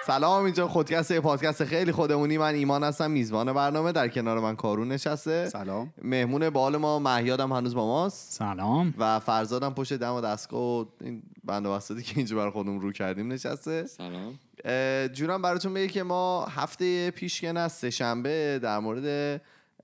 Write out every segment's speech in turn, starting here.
سلام، اینجا خودکست، یه پادکست خیلی خودمونی. من ایمان هستم، میزبان برنامه. در کنار من کارون نشسته. سلام. مهمون بال ما مهیادم هنوز با ماست. سلام. و فرزادم پشت دم و دستگاه و این بنده بساطی که اینجا برای خودمون رو کردیم نشسته. سلام. جونم براتون بگه که ما هفته پیش که نه سه‌شنبه در مورد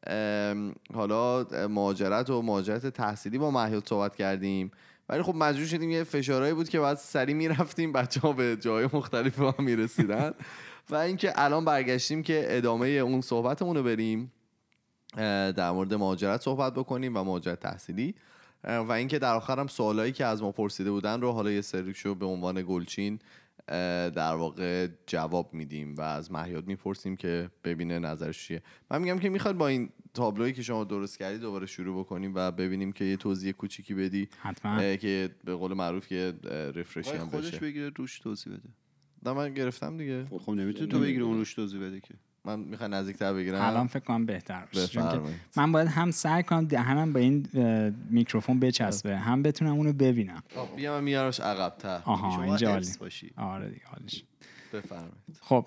حالا مهاجرت تحصیلی با مهیاد صحبت کردیم، ولی خب مجبور شدیم، یه فشارهایی بود که بعد سریع میرفتیم، بچه‌ها به جای مختلف با هم میرسیدن و اینکه الان برگشتیم که ادامه اون صحبتمون رو بریم در مورد مهاجرت صحبت بکنیم و مهاجرت تحصیلی و اینکه در آخر هم سوالایی که از ما پرسیده بودن رو حالا یه سریشو به عنوان گلچین در واقع جواب میدیم و از مهیاد میپرسیم که ببینه نظرش چیه. من میگم که میخواد با این تابلویی که شما درست کردی دوباره شروع بکنیم و ببینیم که یه توضیح کوچیکی بدی حتما که به قول معروف که رفرشی هم بشه. خودش بگیره روش توضیح بده. نه من گرفتم دیگه. خب نمیتونی تو بگیری اون روش توضیح بده که. من میخوام نزدیک‌تر بگیرم. الان فکر کنم بهتر باشه. من باید هم سعی کنم دهنم به این میکروفون بچسبه، هم بتونم اونو ببینم. بیا من میارمش عقب‌تر. آها اینجا عالی. آره دیگه عالیش. بفرمایید. خب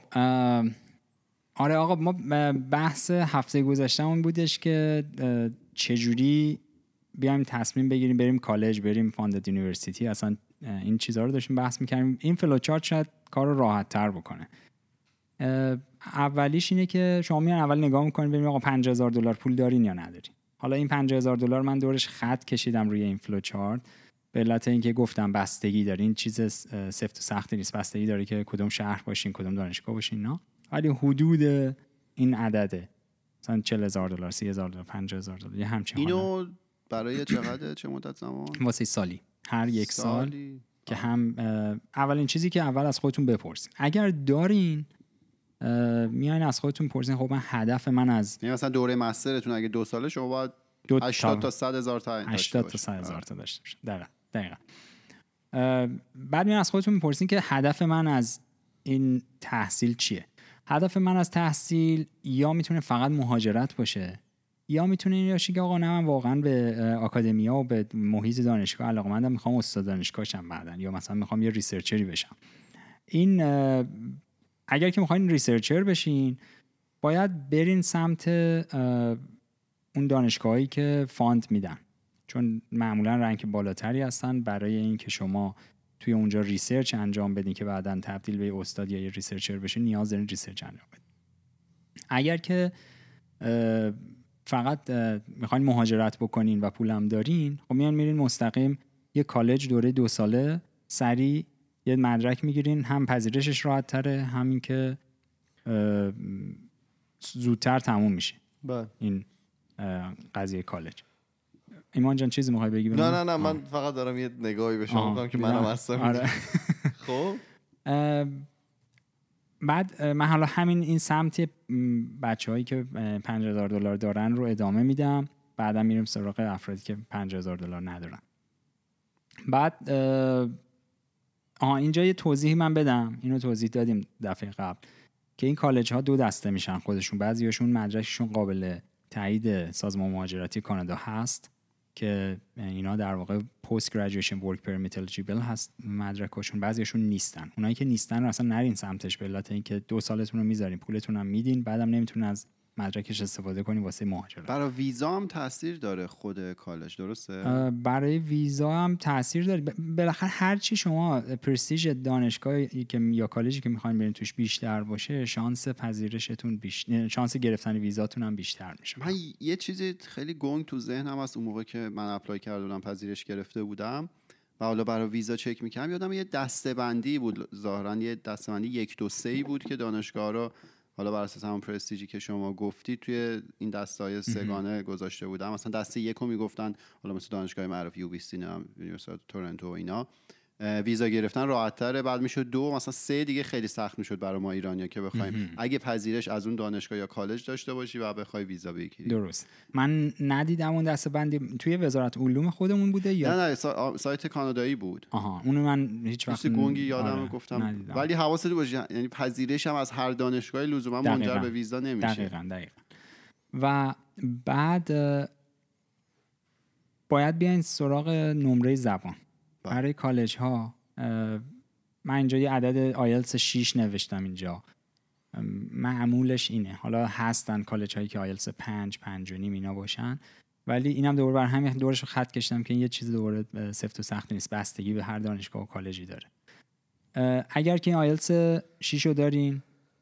آره آقا، ما بحث هفته گذشتهمون بودش که چجوری بیایم تصمیم بگیریم بریم کالج، بریم فاندد یونیورسیتی، اصلا این چیزها رو داشتیم بحث می‌کردیم. این فلوچارت شاید کار رو راحت‌تر بکنه. اولیش اینه که شما میان اول نگاه میکنین ببینید آقا $50,000 پول دارین یا ندارین. حالا این $50,000 من دورش خط کشیدم روی این فلوچارت به علت اینکه گفتم بستگی داره، این چیز سفت و سختی نیست، بستگی داره که کدوم شهر باشین، کدوم دانشگاه باشین. نه ولی حدود این عدده، مثلا $40,000 $30,000 $50,000 یه همچین. اینو برای چقدر چه مدت زمان؟ واسه سالی، هر یک سال که هم اولین چیزی که اول از خودتون بپرسین اگر دارین، میایین از خودتون پرسین خب من هدف من از یعنی مثلا دوره مسترتون اگه 2 ساله شما باید 80 تا 100,000 تا 80 تا 100,000 تا داشته باشین. دقیقاً. بعد میایین از خودتون میپرسین که هدف من از این تحصیل چیه. هدف من از تحصیل یا میتونه فقط مهاجرت باشه، یا میتونه این باشه که آقا نه من واقعا به آکادمیا و به محیط دانشگاه علاقه‌مندم، میخوام استاد دانشگاه شم بعدن، یا مثلا میخوام یه ریسرچری بشم. این اگر که میخواین ریسرچر بشین باید برین سمت اون دانشگاهایی که فاند میدن، چون معمولا رنک بالاتری هستن برای این که شما توی اونجا ریسرچ انجام بدین که بعداً تبدیل به استاد یا یه ریسرچر بشین، نیاز دارین ریسرچ انجام بدین. اگر که فقط میخواین مهاجرت بکنین و پولم دارین، خب میرین مستقیم یه کالج دوره 2 ساله سریع یه مدرک میگیرین، هم پذیرشش راحت تره، همین که زودتر تموم میشه این قضیه کالج. ایمان جان چیزی میخوای بگی؟ نه من فقط دارم یه نگاهی به شما میکنم که منم هستم. آره. خب بعد من حالا این سمت بچه‌هایی که $50,000 دارن رو ادامه میدم، بعدا میریم سراغ افرادی که $50,000 ندارن. بعد اینجا یه توضیحی من بدم، اینو توضیح دادیم دفعه قبل که این کالج ها 2 دسته میشن خودشون. بعضیاشون مدرکشون قابل تایید سازمان مهاجرتی کانادا هست که اینا در واقع پست گریجویشن ورک پرمیت الیجیبل هست مدرکاشون، بعضیاشون نیستن. اونایی که نیستن رو اصلا نرین سمتش به علت اینکه 2 سالتون رو میذارین، پولتون هم میدین، بعدم نمیتونین از مدرکش استفاده کنی واسه مهاجرت. برای ویزا هم تاثیر داره خود کالج، درسته؟ برای ویزا هم تاثیر داره. بالاخره هر چی شما پرستیژ دانشگاهی که یا کالجی که میخواین برین توش بیشتر باشه، شانس پذیرشتون بیشتر، شانس گرفتن ویزاتون هم بیشتر میشه. من یه چیزی خیلی گنگ تو ذهنم هست، اون موقع که من اپلای کرده بودم پذیرش گرفته بودم و حالا برای ویزا چک میکردم، یادم یه دسته‌بندی بود، ظاهرا یه دسته‌بندی 1 2 3 بود که دانشگاه رو حالا بر اساس همون پرستیجی که شما گفتی توی این دسته‌های سگانه گذاشته بودم. مثلا دسته 1 رو میگفتن حالا مثل دانشگاه معروف UBC نه یونیورسیتی تورنتو و اینا ویزا گرفتن راحت تره، بعد میشد 2، مثلا 3 دیگه خیلی سخت میشد برای ما ایرانیا که بخوایم اگه پذیرش از اون دانشگاه یا کالج داشته باشی و بخوای ویزا بگیری. درست. من ندیدم اون دسته‌بندی توی وزارت علوم خودمون بوده یا نه سایت کانادایی بود. اونو من هیچ وقت گونگی یادم گفتم ندیدم. ولی حواست باشه، یعنی پذیرش هم از هر دانشگاهی لزوما منجر به ویزا نمیشه. دقیقاً. و بعد باید بیاین سراغ نمره زبان. برای کالج ها من اینجا یه عدد آیلتس 6 نوشتم اینجا. معمولش اینه. حالا هستن کالج هایی که آیلتس 5 5.5 اینا باشن، ولی اینم دوباره بر همین دورش رو خط کشیدم که این یه چیز دوباره سفت و سخت نیست، بستگی به هر دانشگاه و کالجی داره. اگر که این آیلتس 6 رو دارین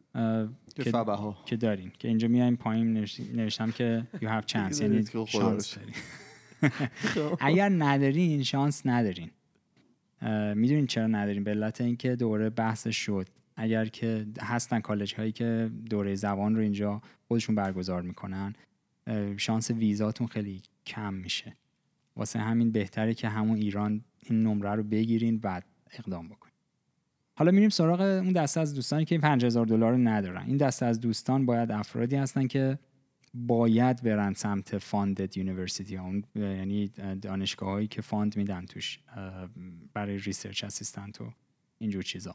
که دارین، که اینجا میایم پایین نوشتم که you have chance، یعنی شانس دارین. اگر ندارین شانس ندارین. میدونین چرا ندارین؟ به علت اینکه دوره بحث شد، اگر که هستن کالج هایی که دوره زبان رو اینجا خودشون برگزار میکنن، شانس ویزاتون خیلی کم میشه. واسه همین بهتره که همون ایران این نمره رو بگیرین بعد اقدام بکنین. حالا میریم سراغ اون دسته از دوستانی که این $50,000 رو ندارن. این دسته از دوستان باید افرادی هستن که باید برن سمت فاندد یونیورسیتی ها، یعنی دانشگاه هایی که فاند میدن توش برای ریسرچ اسیستنت و اینجور چیزا.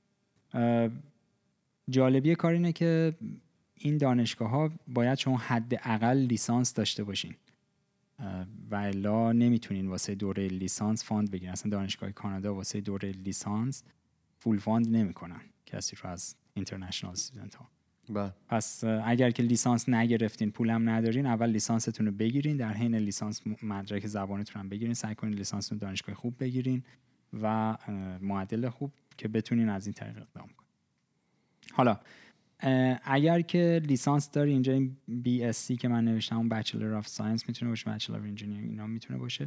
جالبی کار اینه که این دانشگاه ها باید شما حداقل لیسانس داشته باشین و الا نمیتونین واسه دوره لیسانس فاند بگیرین. اصلا دانشگاه کانادا واسه دوره لیسانس فول فاند نمیکنن کسی رو از اینترنشنال استودنت ها. پس اگر که لیسانس نگرفتین، پولم ندارین، اول لیسانستون رو بگیرین، در حین لیسانس مدرک زبانتون هم بگیرین، سعی کنین لیسانستون دانشگاه خوب بگیرین و معدل خوب که بتونین از این طریق اقدام کنین. حالا اگر که لیسانس داری، اینجا این BSc که من نوشتم اون بچلر آف ساینس میتونه باشه، بچلر آف انجینیرینگ اینا میتونه باشه.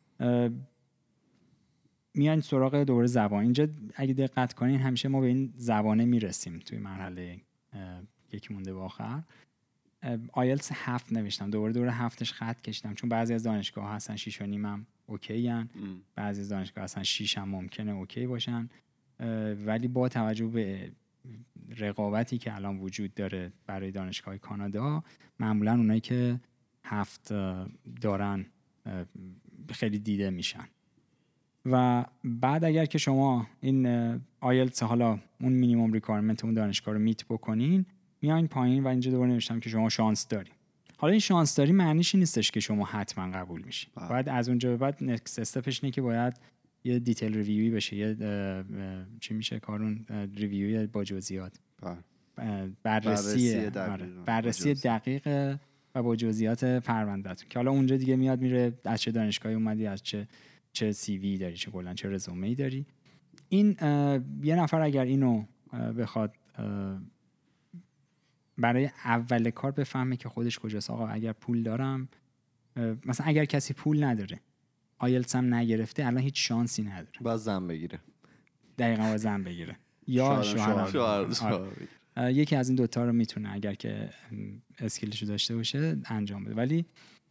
میان سراغ دوره زبان. اینجا اگه دقت کنین همیشه ما به این زبانه میرسیم توی مرحله یکی مونده به آخر. آیلتس 7 نوشتم، دوره 7ش خط کشیدم، چون بعضی از دانشگاه ها هستن 6.5 هم اوکی ان، بعضی از دانشگاه هستن 6 هم ممکنه اوکی باشن، ولی با توجه به رقابتی که الان وجود داره برای دانشگاه کانادا، معمولا اونایی که 7 دارن خیلی دیده میشن. و بعد اگر که شما این آیلتس حالا اون مینیمم ریکوایرمنت اون دانشگاه رو میت بکنین، میاین پایین و اینجا دوباره نوشتم که شما شانس دارین. حالا این شانس داری معنیش نیستش که شما حتما قبول میشین. باید از اونجا به بعد نکست استپش اینه که باید یه دیتیل ریویوی بشه، یه چی میشه کارون ریویوی با جزئیات، بررسی دقیق و با جزئیات پروندهتون، که حالا اونجا دیگه میاد میره از چه دانشگاهی اومدی، از چه سی وی داری، چه کلا چه رزومه‌ای داری. این یه نفر اگر اینو بخواد برای اول کار بفهمه که خودش کجاست. آقا اگر پول دارم، مثلا اگر کسی پول نداره، آیلتس هم نگرفته، الان هیچ شانسی نداره، باید زن بگیره. دقیقاً باید زن بگیره یا شوهر. یکی از این دوتا رو میتونه اگر که اسکیلشو داشته باشه انجام بده. ولی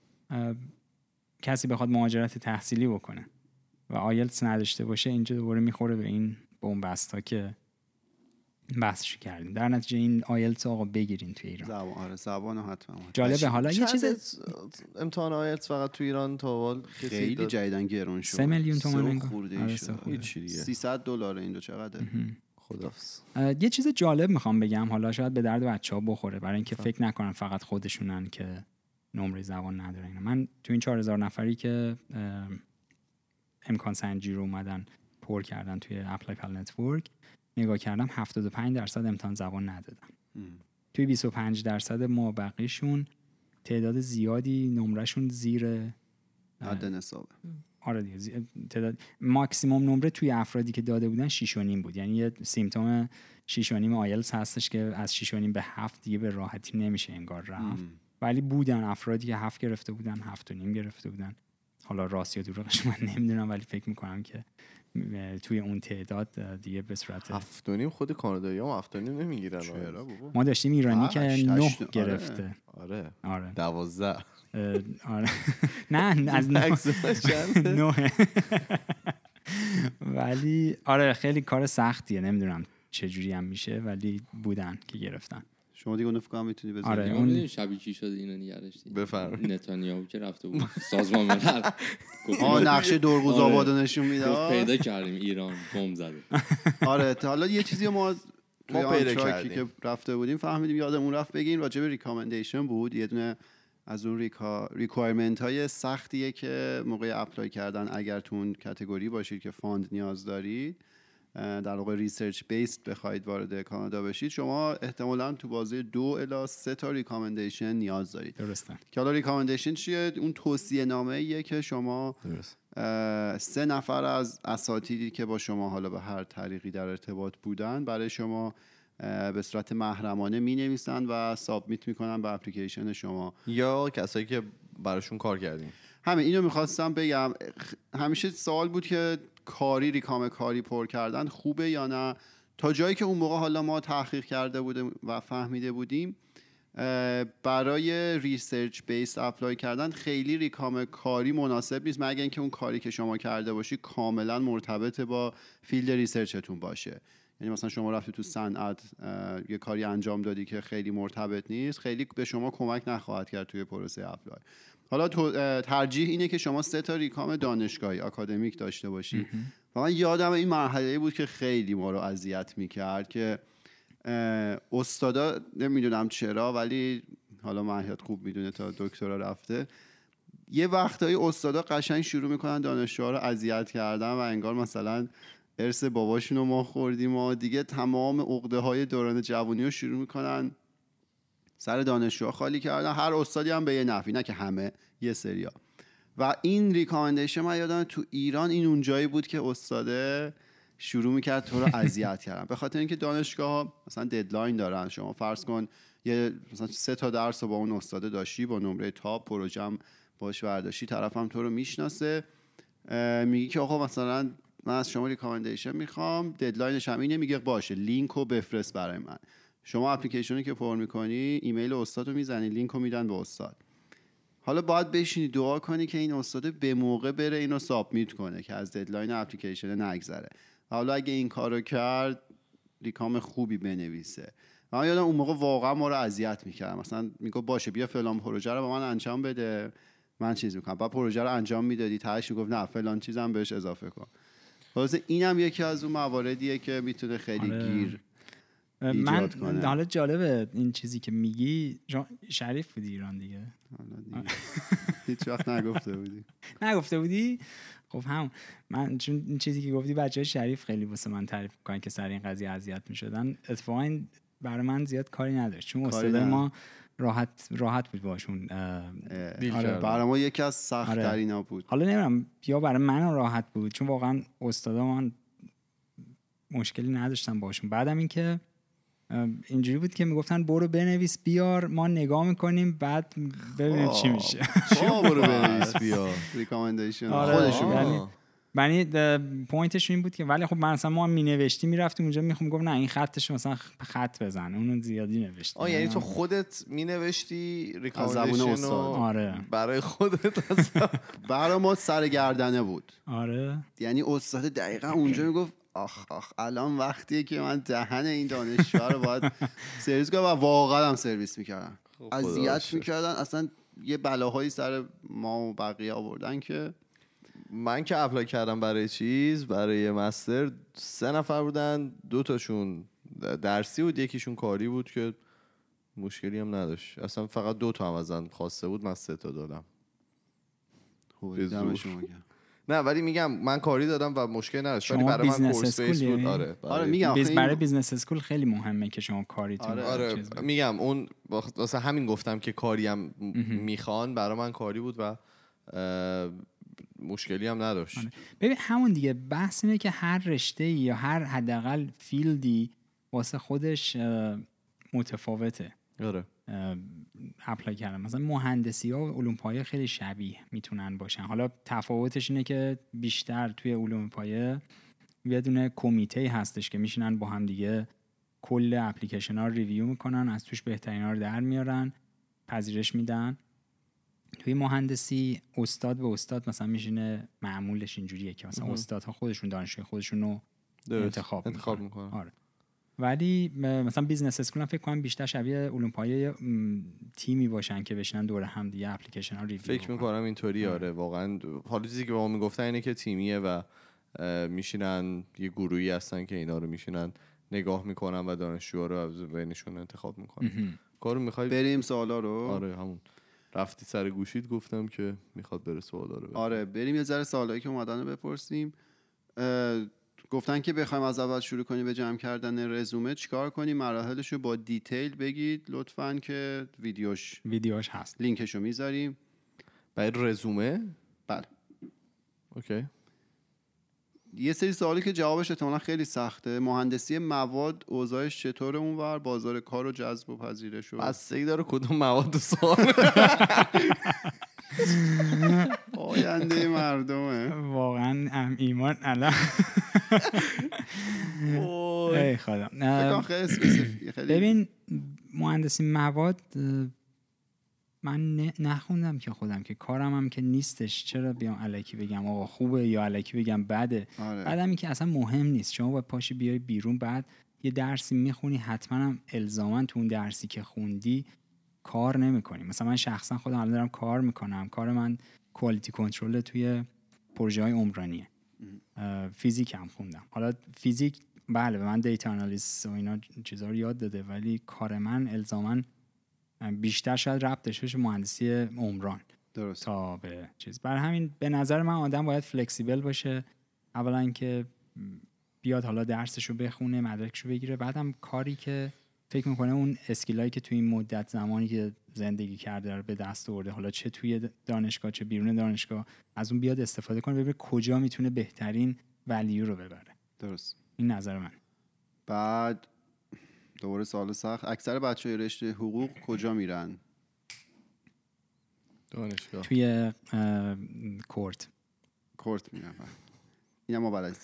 کسی بخواد مهاجرت تحصیلی بکنه و آیلتس نداشته باشه، اینجا دوباره میخوره به این بن‌بستا که بحثش کردیم. در نتیجه این آیلتس آقا بگیرین توی ایران. زبان حتما. جالبه. حالا یه چیز امتحان آیلتس فقط توی ایران تا خیلی جدیدن گرون شد. 3 میلیون تومان $300 اینجا چقدره؟ خدافظ. یه چیز جالب میخوام بگم، حالا شاید به درد بچه‌ها بخوره، برای اینکه فکر نکنن فقط خودشونن که نمره زبان ندارن. من تو این 4000 نفری که امکان سنجی رو اومدن پر کردن توی اپلای پل نتورک نگاه کردم، 75% امتحان زبان ندادن. توی 25% ما بقیشون تعداد زیادی نمرهشون زیر حد نصابه. آره دیگه، تعداد ماکسیمم نمره توی افرادی که داده بودن 6.5 بود. یعنی یه سیمپتوم 6.5 آیلتس هستش که از 6.5 به 7 دیگه به راحتی نمیشه انگار رفت. ولی بودن افرادی که 7 گرفته بودن، 7.5 گرفته بودن. حالا راست یا دروغش من نمیدونم، ولی فکر میکنم که توی اون تعداد دیگه به صورت 7.5 خود کانادایی‌ها 7.5 نمیگیرن. چرا بابا؟ ما داشتیم ایرانی که 9 گرفته. آره 12. 12. آره نه از 9. ولی آره خیلی کار سختیه، نمیدونم چه جوری هم میشه، ولی بودن که گرفتن. شما دیگه فکر کنم میتونی بزنی. آره اون شبیه چی شده اینو نگرشتی. بفرمایید. نتانیاهو که رفته بود سازمان ملل نقشه دورگوز آباد نشون میداد، پیدا کردیم ایران بمب زده. آره حالا یه چیزی ما پیدا کردیم که رفته بودیم فهمیدیم، یادمون رفت بگیم راجع به ریکامندیشن بود. یه دونه از اون ریکوایرمنت های سختیه که موقع اپلای کردن اگر تو اون کاتگوری باشید که فاند نیاز دارید، در واقع ریسرچ بیسد بخواید وارد کانادا بشید، شما احتمالاً تو بازه 2 الی 3 تا ریکامندیشن نیاز دارید. درسته. که حالا ریکامندیشن چیه؟ اون توصیه نامه ایه که شما 3 نفر از اساتیدی که با شما حالا به هر طریقی در ارتباط بودن برای شما به صورت محرمانه می‌نویسن و سابمیت میکنن به اپلیکیشن شما، یا کسایی که براشون کار کردیم. همین اینو میخواستم بگم. همیشه سوال بود که ریکام کاری پر کردن خوبه یا نه. تا جایی که اون موقع حالا ما تحقیق کرده بودیم و فهمیده بودیم، برای ریسرچ بیس اپلای کردن خیلی ریکام کاری مناسب نیست، مگر اینکه اون کاری که شما کرده باشی کاملا مرتبط با فیلد ریسرچتون باشه. یعنی مثلا شما رفتی تو صنعت یه کاری انجام دادی که خیلی مرتبط نیست، خیلی به شما کمک نخواهد کرد توی پروسه اپلای. حالا ترجیح اینه که شما 3 تا ریکام دانشگاهی آکادمیک داشته باشی. و من یادم این مرحله بود که خیلی ما رو اذیت میکرد که استادا، نمیدونم چرا ولی حالا مهیاد خوب میدونه تا دکترا رفته، یه وقتایی استادا قشنگ شروع میکنن دانشجوها رو اذیت کردن و انگار مثلا ارث باباشون رو ما خوردیم و دیگه تمام عقده‌های دوران جوانی رو شروع میکنن سر دانشجوها خالی کردن. هر استادی هم به یه نفعی، نه که همه، یه سریا. و این ریکامندیشن من یادم تو ایران این اونجایی بود که استاده شروع میکرد تو رو اذیت کردن، به خاطر اینکه دانشگاه مثلا ددلاین دارن. شما فرض کن یه مثلا 3 تا درس رو با اون استاده داشتی با نمره تاپ، پروژم باش برداشتی، طرفم تو رو میشناسه، میگی که آقا مثلا من از شما ریکامندیشن میخوام، ددلاینش هم اینه، میگه باشه لینک رو بفرست برای من. شما اپلیکیشنی که پر میکنی ایمیل استاد رو میزنی، لینک رو میدن به استاد. حالا باید بشینی دعا کنی که این استاد به موقع بره اینو سابمیت کنه که از ددلاین اپلیکیشن نگذره. حالا اگه این کارو کرد ریکام خوبی بنویسه. من یادم اون موقع واقعا ما رو اذیت میکرد، مثلا میگه باشه بیا فلان پروژه رو با من انجام بده، من چیز میکنم. بعد پروژه رو انجام میدادی، تهش میگفت نه فلان چیزم بهش اضافه کن. واسه اینم یکی از اون مواردیه که میتونه خیلی گیر ایجاد کنه. من حالا جالبه این چیزی که میگی، شریف بودی ایران دیگه؟ هیچ وقت نگفته بودی. نگفته بودی؟ خب هم من چون این چیزی که گفتی بچه‌های شریف خیلی واسه من تعریف می‌کنن که سر این قضیه اذیت می‌شدن. اتفاقا این برای من زیاد کاری نداشت، چون استاد ما راحت بود باشون. آره برای ما یکی از سخت‌ترینا بود. حالا نمیدونم یا برای من راحت بود، چون واقعا استادا من مشکلی نداشتم باشون. بعدم این که اینجوری بود که میگفتن برو بنویس بیار، ما نگاه میکنیم بعد ببینیم چی میشه. برو بنویس بیار ریکامندیشن خودشون. یعنی پوینتش این بود که ولی خب مثلا ما مینوشتیم میرفتیم اونجا گفت نه این خطش مثلا خط بزن، اونو زیادی نوشته. یعنی تو خودت مینوشتی ریکامندیشن آره برای خودت؟ برای ما سرگردنه بود. آره یعنی استاد دقیقاً اونجا میگفت آخ الان وقتیه که من دهن این دانشجو رو باید سرویس کنم، و واقعا هم سرویس میکردن، اذیت میکردن، اصلا یه بلاهایی سر ما و بقیه آوردن. که من که اپلای کردم برای مستر 3 نفر بودن، 2 تاشون درسی بود، یکیشون کاری بود که مشکلی هم نداشت اصلا، فقط 2 تا هم ازن خواسته بود، من 3 تا دادم. خوبه دم شما گرم. نه ولی میگم من کاری دادم و مشکل نداشت، ولی برای من کورس بیس بود. آره میگم برای بیزنس اسکول خیلی مهمه که شما کاریتون. آره میگم اون واسه همین گفتم که کاری هم میخوان، برای من کاری بود و مشکلی هم نداشت. ببین همون دیگه، بحث اینه که هر رشته یا هر حداقل فیلدی واسه خودش متفاوته. آره اپلای کردم. مثلا مهندسی ها و علوم پایه خیلی شبیه میتونن باشن. حالا تفاوتش اینه که بیشتر توی علوم پایه یه دونه کمیته هستش که میشینن با هم دیگه کل اپلیکیشن ها رو ریویو میکنن، از توش بهترین ها رو در میارن، پذیرش میدن. توی مهندسی استاد به استاد مثلا میشینه، معمولش اینجوریه که مثلا استادها خودشون دانشجوی خودشون رو انتخاب میکنن. آره. ولی مثلا بیزنس اسکول هم فکر کنم بیشتر شبیه علوم پایه تیمی باشن که بشینن دور هم دیگه اپلیکیشن ها ریویو فکر میکنم اینطوری. آره واقعا حالا چیزی که با ما میگفتن اینه که تیمیه و میشینن یه گروهی هستن که اینا رو میشینن نگاه میکنن و دانشجوها رو از بینشون انتخاب میکنن. کارو میخوای بریم سوالا رو؟ آره همون رفتی سر گوشید گفتم که میخواد بره سوالا رو. آره بریم یه ذره سوالایی که اومدن رو بپرسیم. گفتن که بخوایم از اول شروع کنیم به جمع کردن رزومه چیکار کنیم، مراحلش رو با دیتیل بگید لطفاً که ویدیوش هست، لینکش رو میذاریم. برای رزومه؟ بله. اوکی. یه سری سوالی که جوابش احتمالاً خیلی سخته. مهندسی مواد اوضاعش چطوره اونور؟ بازار کار و جذب و پذیرش و بستگی داره کدوم مواد سوال. آینده مردمه واقعا ایمان الان ای خدا. فکر کنم خیلی اسپسیفیک. ببین مهندسی مواد من نخوندم که خودم، که کارم هم که نیستش، چرا بیام الکی بگم آقا خوبه یا الکی بگم بده. آره. بعدم این که اصلا مهم نیست، شما باید پاشی بیای بیرون، بعد یه درسی میخونی، حتما هم الزاما تو اون درسی که خوندی کار نمیکنی. مثلا من شخصا خودم الان دارم کار میکنم، کار من کوالیتی کنترل توی پروژه های عمرانیه. فیزیک هم خوندم. حالا فیزیک بله به من دیتا آنالیز و اینا چیزا رو یاد داده، ولی کار من الزاما بیشتر شاید ربطش بشه مهندسی عمران. درست. تا به چیز. برای همین به نظر من آدم باید فلکسیبل باشه. اولا که بیاد حالا درسشو بخونه، مدرکشو بگیره، بعدم کاری که فکر میکنه اون اسکیلایی که توی این مدت زمانی که زندگی کرده رو به دست آورده، حالا چه توی دانشگاه چه بیرون دانشگاه، از اون بیاد استفاده کنه، ببینه کجا میتونه بهترین ولیو رو ببره. درست. این نظر من. بعد دوباره سوال سخت، اکثر بچه‌های رشته حقوق کجا میرن؟ دانشگاه. توی کورت میرن. اینا ما بلدیم.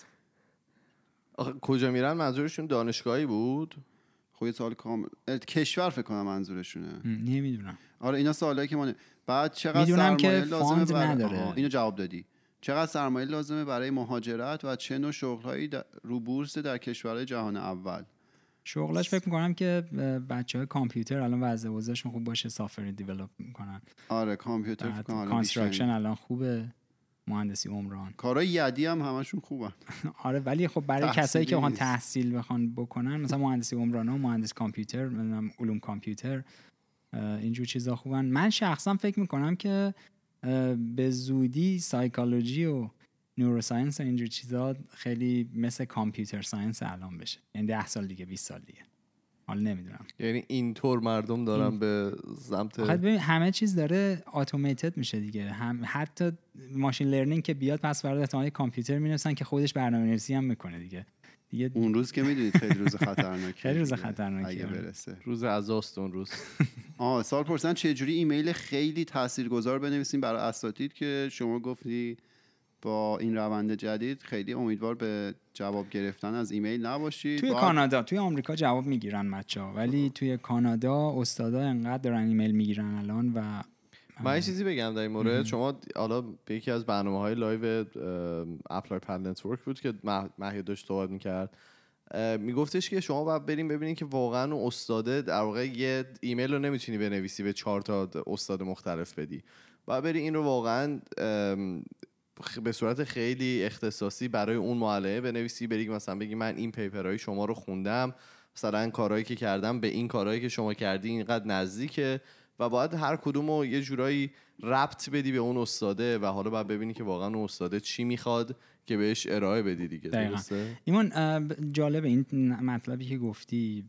آخه کجا میرن منظورشون دانشگاهی بود؟ خب یه سوال کامل کشور فکر کنم منظورشونه. نمیدونم. آره اینا سوالایی که ما بعد چقدر میدونم که سرمایه لازمه فاند نداره. اینو جواب دادی. چقدر سرمایه لازمه برای مهاجرت و چه نوع شغل‌هایی رو بورس در کشورهای جهان اول؟ شغلاش فکر میکنم که بچه‌های کامپیوتر الان وضع اوضاعشون خوب باشه، سافر دیولپ میکنن. آره کامپیوتر فکر کنم کانستراکشن الان خوبه، مهندسی عمران، کارهای یدی هم همشون خوبن. آره ولی خب برای کسایی که بخوان تحصیل بخوان بکنن، مثلا مهندسی عمران و مهندس کامپیوتر، مثلا علوم کامپیوتر، اینجور چیزا خوبن. من شخصا فکر میکنم که به زودی سایکولوژی و نوروساینس و اینجور چیزا خیلی مثل کامپیوتر ساینس الان بشه، یعنی 10 سال دیگه 20 سال دیگه. حالا نمیدونم، یعنی اینطور مردم دارن به سمت ببین همه چیز داره اتوماتد میشه دیگه. حتی ماشین لرنینگ که بیاد پس فردا احتمالاً کامپیوتر مینویسن که خودش برنامه‌نویسی هم میکنه دیگه اون روز که میدونید خیلی روز خطرناکه. خیلی روز خطرناکه اگه برسه. روز عزاست اون روز. سوال پرسیدن چه جوری ایمیل خیلی تاثیرگذار بنویسیم برای اساتید، که شما گفتی با این روند جدید خیلی امیدوار به جواب گرفتن از ایمیل نباشید. توی کانادا، توی آمریکا جواب میگیرن بچه‌ها، ولی توی کانادا استادا انقدر دارن ایمیل میگیرن الان. و من یه چیزی بگم در این مورد. شما حالا به یکی از برنامه‌های لایو اپلای پد نتورک بود که مهیاد داشت صحبت می‌کرد، میگفتش که شما باید بریم ببینین که واقعا اون استاده در واقع یه ایمیل رو نمیتونی بنویسی به 4 تا استاد مختلف بدی، باید بری این رو واقعا به صورت خیلی اختصاصی برای اون معلمه بنویسی، بری مثلا بگی من این پیپرهای شما رو خوندم، مثلا کارهایی که کردم به این کارهایی که شما کردی اینقدر نزدیکه، و باید هر کدوم رو یه جورایی ربط بدی به اون استاده و حالا باید ببینی که واقعا اون استاده چی میخواد که بهش ارائه بدی دیگه. درسته؟ ایمان جالبه این مطلبی که گفتی.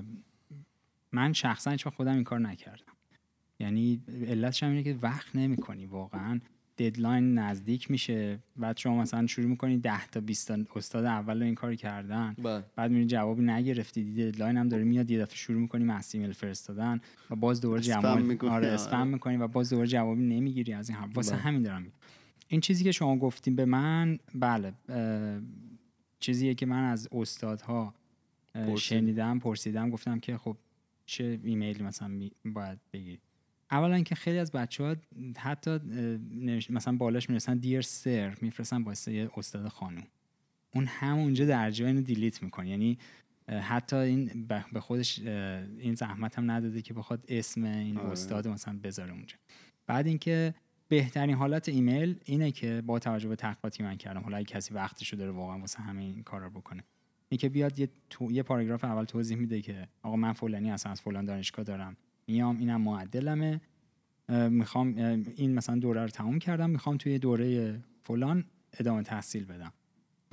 من شخصا هیچ وقت خودم این کار نکردم، یعنی علتش هم اینه که وقت نمی‌کنی واقعا. ددلاین نزدیک میشه، بعد شما مثلا شروع می‌کنی 10 تا 20 تا استاد اول این کارو کردن، بعد می‌بینی جوابی نگرفتی، ددلاین هم داره میاد، یه دفعه شروع می‌کنی مسیج ایمیل فرستادن و باز دوباره جواب اسپم می‌کنی و باز دوباره جوابی نمیگیری از این واسه همین دارم این چیزی که شما گفتیم به من، بله چیزیه که من از استادها شنیدم، پرسیدم، گفتم که خب چه ایمیل مثلا باید بگی. اولا که خیلی از بچه‌ها حتی مثلا بالاش میرسن دیر سر میفرستن واسه یه استاد خانم، اون همونجا در جای اینو دیلیت میکنه، یعنی حتی این به خودش این زحمت هم نداده که بخواد اسم این استاد مثلا بذاره اونجا. بعد اینکه بهترین حالت ایمیل اینه که با توجه به تحقیقاتی من کردم، حالا اگه کسی وقتشو داره واقعا واسه همین این کارا بکنه، این که بیاد یه پاراگراف اول توضیح میده که آقا من فلانی هستم، از فلان دانشگاه دارم میام، اینم معدلمه، میخوام این مثلا دوره رو تموم کردم، میخوام توی دوره فلان ادامه تحصیل بدم.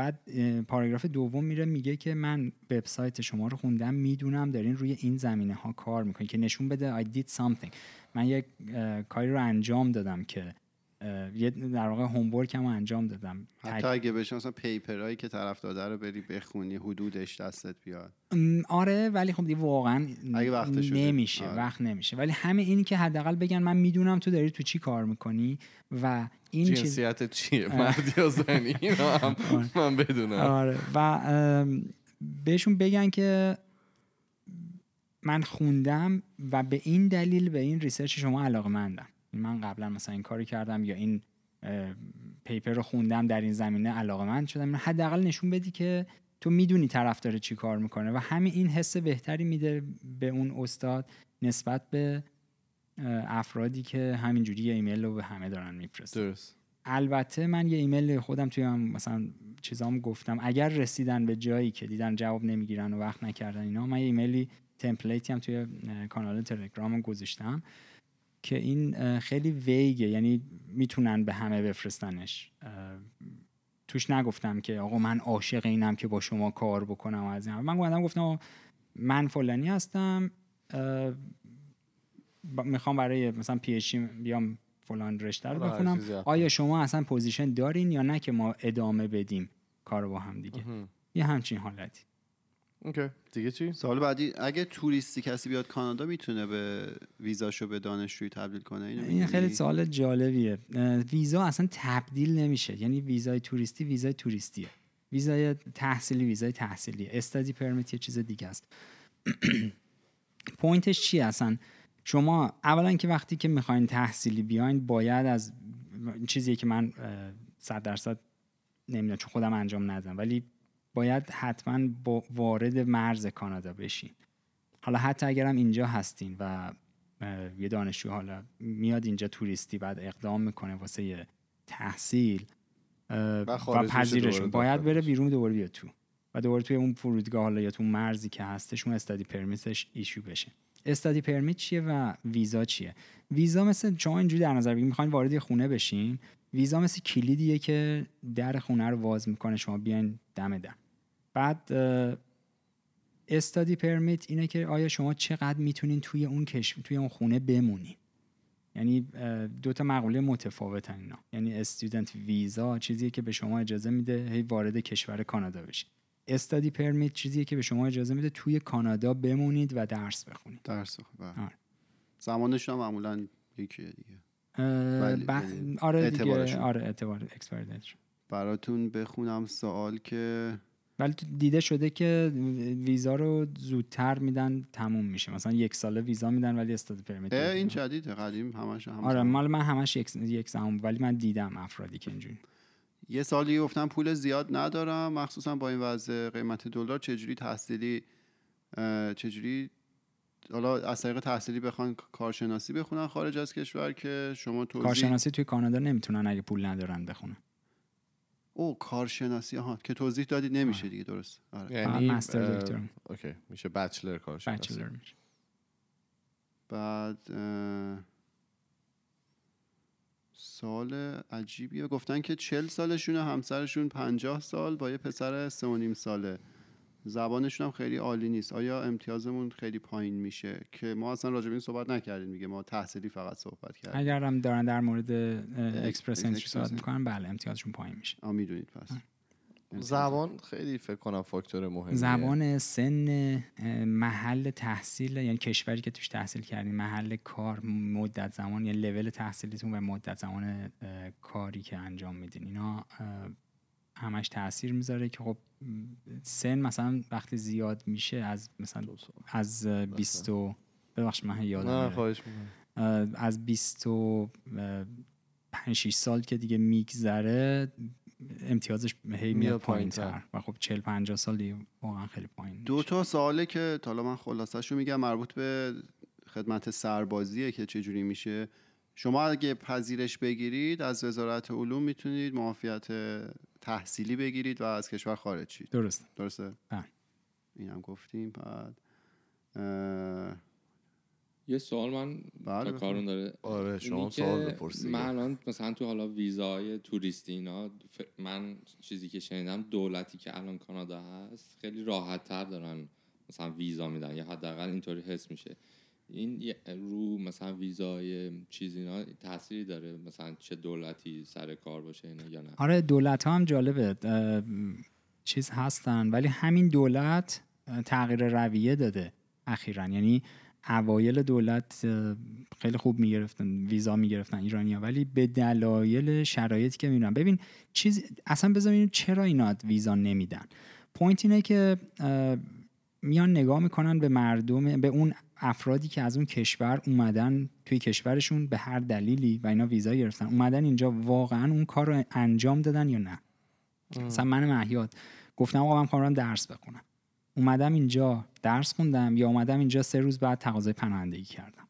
بعد پاراگراف دوم میره میگه که من وبسایت شما رو خوندم، میدونم دارین روی این زمینه ها کار میکنین، که نشون بده I did something، من یک کاری رو انجام دادم که یه در واقع هومورکم رو انجام دادم. حتی اگه بشه مثلا پیپرایی که طرف داده رو بری بخونی حدودش دستت بیاد. آره ولی خب دیگه واقعا اگه وقتش شده. نمیشه. آره. وقت نمیشه، ولی همه اینی که حداقل بگن من میدونم تو داری تو چی کار میکنی و این جنسیت چیه، مرد یا زنی، اینا هم من بدونم. آره و بهشون بگن که من خوندم و به این دلیل به این ریسرچ شما علاقه‌مندم، من قبلا مثلا این کاری کردم یا این پیپر رو خوندم در این زمینه علاقه‌مند شدم. حداقل نشون بدی که تو میدونی طرف داره چی کار میکنه و همین این حس بهتری میده به اون استاد نسبت به افرادی که همینجوری یه ایمیل رو به همه دارن میفرستن. درست. البته من یه ایمیل خودم توی هم مثلا چیزام گفتم، اگر رسیدن به جایی که دیدن جواب نمیگیرن و وقت نکردن اینا، من یه ایمیلی تمپلیتی هم توی کانال تلگرامم گذاشتم که این خیلی ویگه، یعنی میتونن به همه بفرستنش. توش نگفتم که آقا من عاشق اینم که با شما کار بکنم، از این من گفتم من فلانی هستم، میخوام برای مثلا پی اچ بیام فلان رشته رو بخونم، آیا شما اصلا پوزیشن دارین یا نه که ما ادامه بدیم کارو با هم دیگه. یه همچین حالتی. اوکی دیگه چی؟ سوال بعدی، اگه توریستی کسی بیاد کانادا میتونه به ویزاشو به دانشجویی تبدیل کنه؟ این خیلی سوال جالبیه. ویزا اصلا تبدیل نمیشه، یعنی ویزای توریستی ویزای توریستیه، ویزای تحصیلی ویزای تحصیلیه، استادی پرمیت یه چیز دیگه است. پوینتش چیه اصلا؟ شما اولا که وقتی که میخواین تحصیلی بیاین باید از چیزی که من 100% نمیدونم چون خودم انجام ندادم، ولی باید حتما وارد مرز کانادا بشین. حالا حتی اگرم اینجا هستین و یه دانشجو حالا میاد اینجا توریستی بعد اقدام میکنه واسه تحصیل و پذیرش باید بره بیرون دوباره بیاد تو و دوباره توی اون فرودگاه حالا یا تو مرزی که هستش اون استادی پرمیتش ایشو بشه. استادی پرمیت چیه و ویزا چیه؟ ویزا مثل شما اینجوری در نظر بگیرید میخواین وارد خونه بشین، ویزا مثل کلیدیه که در خونه رو باز میکنه شما بیاین دم در. بعد استادی پرمیت اینه که آیا شما چقدر میتونین توی اون توی اون خونه بمونین. یعنی دو تا مقوله متفاوتن اینا. یعنی استودنت ویزا چیزیه که به شما اجازه میده هی وارد کشور کانادا بشید. استادی پرمیت چیزیه که به شما اجازه میده توی کانادا بمونید و درس بخونید. درس بخونید. زمانش هم معمولا یکیه دیگه. آره دیگه، آره اعتبار اکسپایر دیت. براتون بخونم سوال که ولی دیده شده که ویزا رو زودتر میدن تموم میشه، مثلا 1 ساله ویزا میدن ولی استادی پرمیت این جدیده، قدیم همش آره مال من همش یک سهم، ولی من دیدم افرادی که اینجوری. یه سالی گفتم پول زیاد ندارم، مخصوصا با این وضع قیمت دلار، چجوری حالا از طریق تحصیلی بخوان کارشناسی بخونن خارج از کشور که شما توضیح. کارشناسی توی کانادا نمیتونن اگه پول ندارن بخونن. کارشناسی که توضیح دادید نمیشه دیگه. درست. آره. یعنی مستر دکتر. اوکی میشه بچلر کارشناسی. بچلر میشه. بعد سال عجیبیه، گفتن که 40 سالشونه، همسرشون 50 سال با یه پسر 3.5 ساله، زبانشون هم خیلی عالی نیست. آیا امتیازمون خیلی پایین میشه؟ که ما اصلا راجع به این صحبت نکردیم میگه، ما تحصیلی فقط صحبت کردیم. اگر هم دارن در مورد اکسپرس انتری صحبت میکنن بله امتیازشون پایین میشه. میدونید پس زبان خیلی فکر کنم فاکتور مهمیه. زبان، سن، محل تحصیل، یعنی کشوری که توش تحصیل کردین، محل کار، مدت زمان، یعنی لول تحصیلیتون و مدت زمان کاری که انجام میدین، اینا همش تاثیر میذاره. که خب سن مثلا وقتی زیاد میشه از مثلا از 20 ببخشید من یادم خواهش میکنم از 25 6 سال که دیگه میگذره امتیازش هی میاد پایین‌تر و خب 40 50 سال دیگه واقعا خیلی پایین. 2 تا سواله که حالا من خلاصه‌شو میگم، مربوط به خدمت سربازیه که چه جوری میشه. شما اگه پذیرش بگیرید از وزارت علوم میتونید معافیت تحصیلی بگیرید و از کشور خارج شید. درسته؟ بله. اینم گفتیم. بعد یه سوال من بله، تا کارون داره. آره شما اینی که سوال بپرسید. من الان مثلا تو حالا ویزاهای توریستی اینا من چیزی که شنیدم دولتی که الان کانادا هست خیلی راحت تر دارن مثلا ویزا میدن، یا حداقل اینطوری حس میشه. این رو مثلا ویزای چیز اینا تأثیری داره مثلا چه دولتی سر کار باشه اینا یا نه؟ آره دولت ها هم جالبه چیز هستن، ولی همین دولت تغییر رویه داده اخیراً. یعنی اوایل دولت خیلی خوب میگرفتن ویزا میگرفتن ایرانیا، ولی به دلایل شرایطی که میبینن ببین چیز اصلا بذاریم چرا اینا ویزا نمیدن. پوینت اینه که میان نگاه میکنن به مردم، به اون افرادی که از اون کشور اومدن توی کشورشون به هر دلیلی و اینا ویزا گرفتن، اومدن اینجا واقعا اون کار رو انجام دادن یا نه. مثلا من مهیاد گفتم آقا من می‌خوام درس بخونم، اومدم اینجا درس خوندم یا اومدم اینجا 3 روز بعد تقاضای پناهندگی کردم.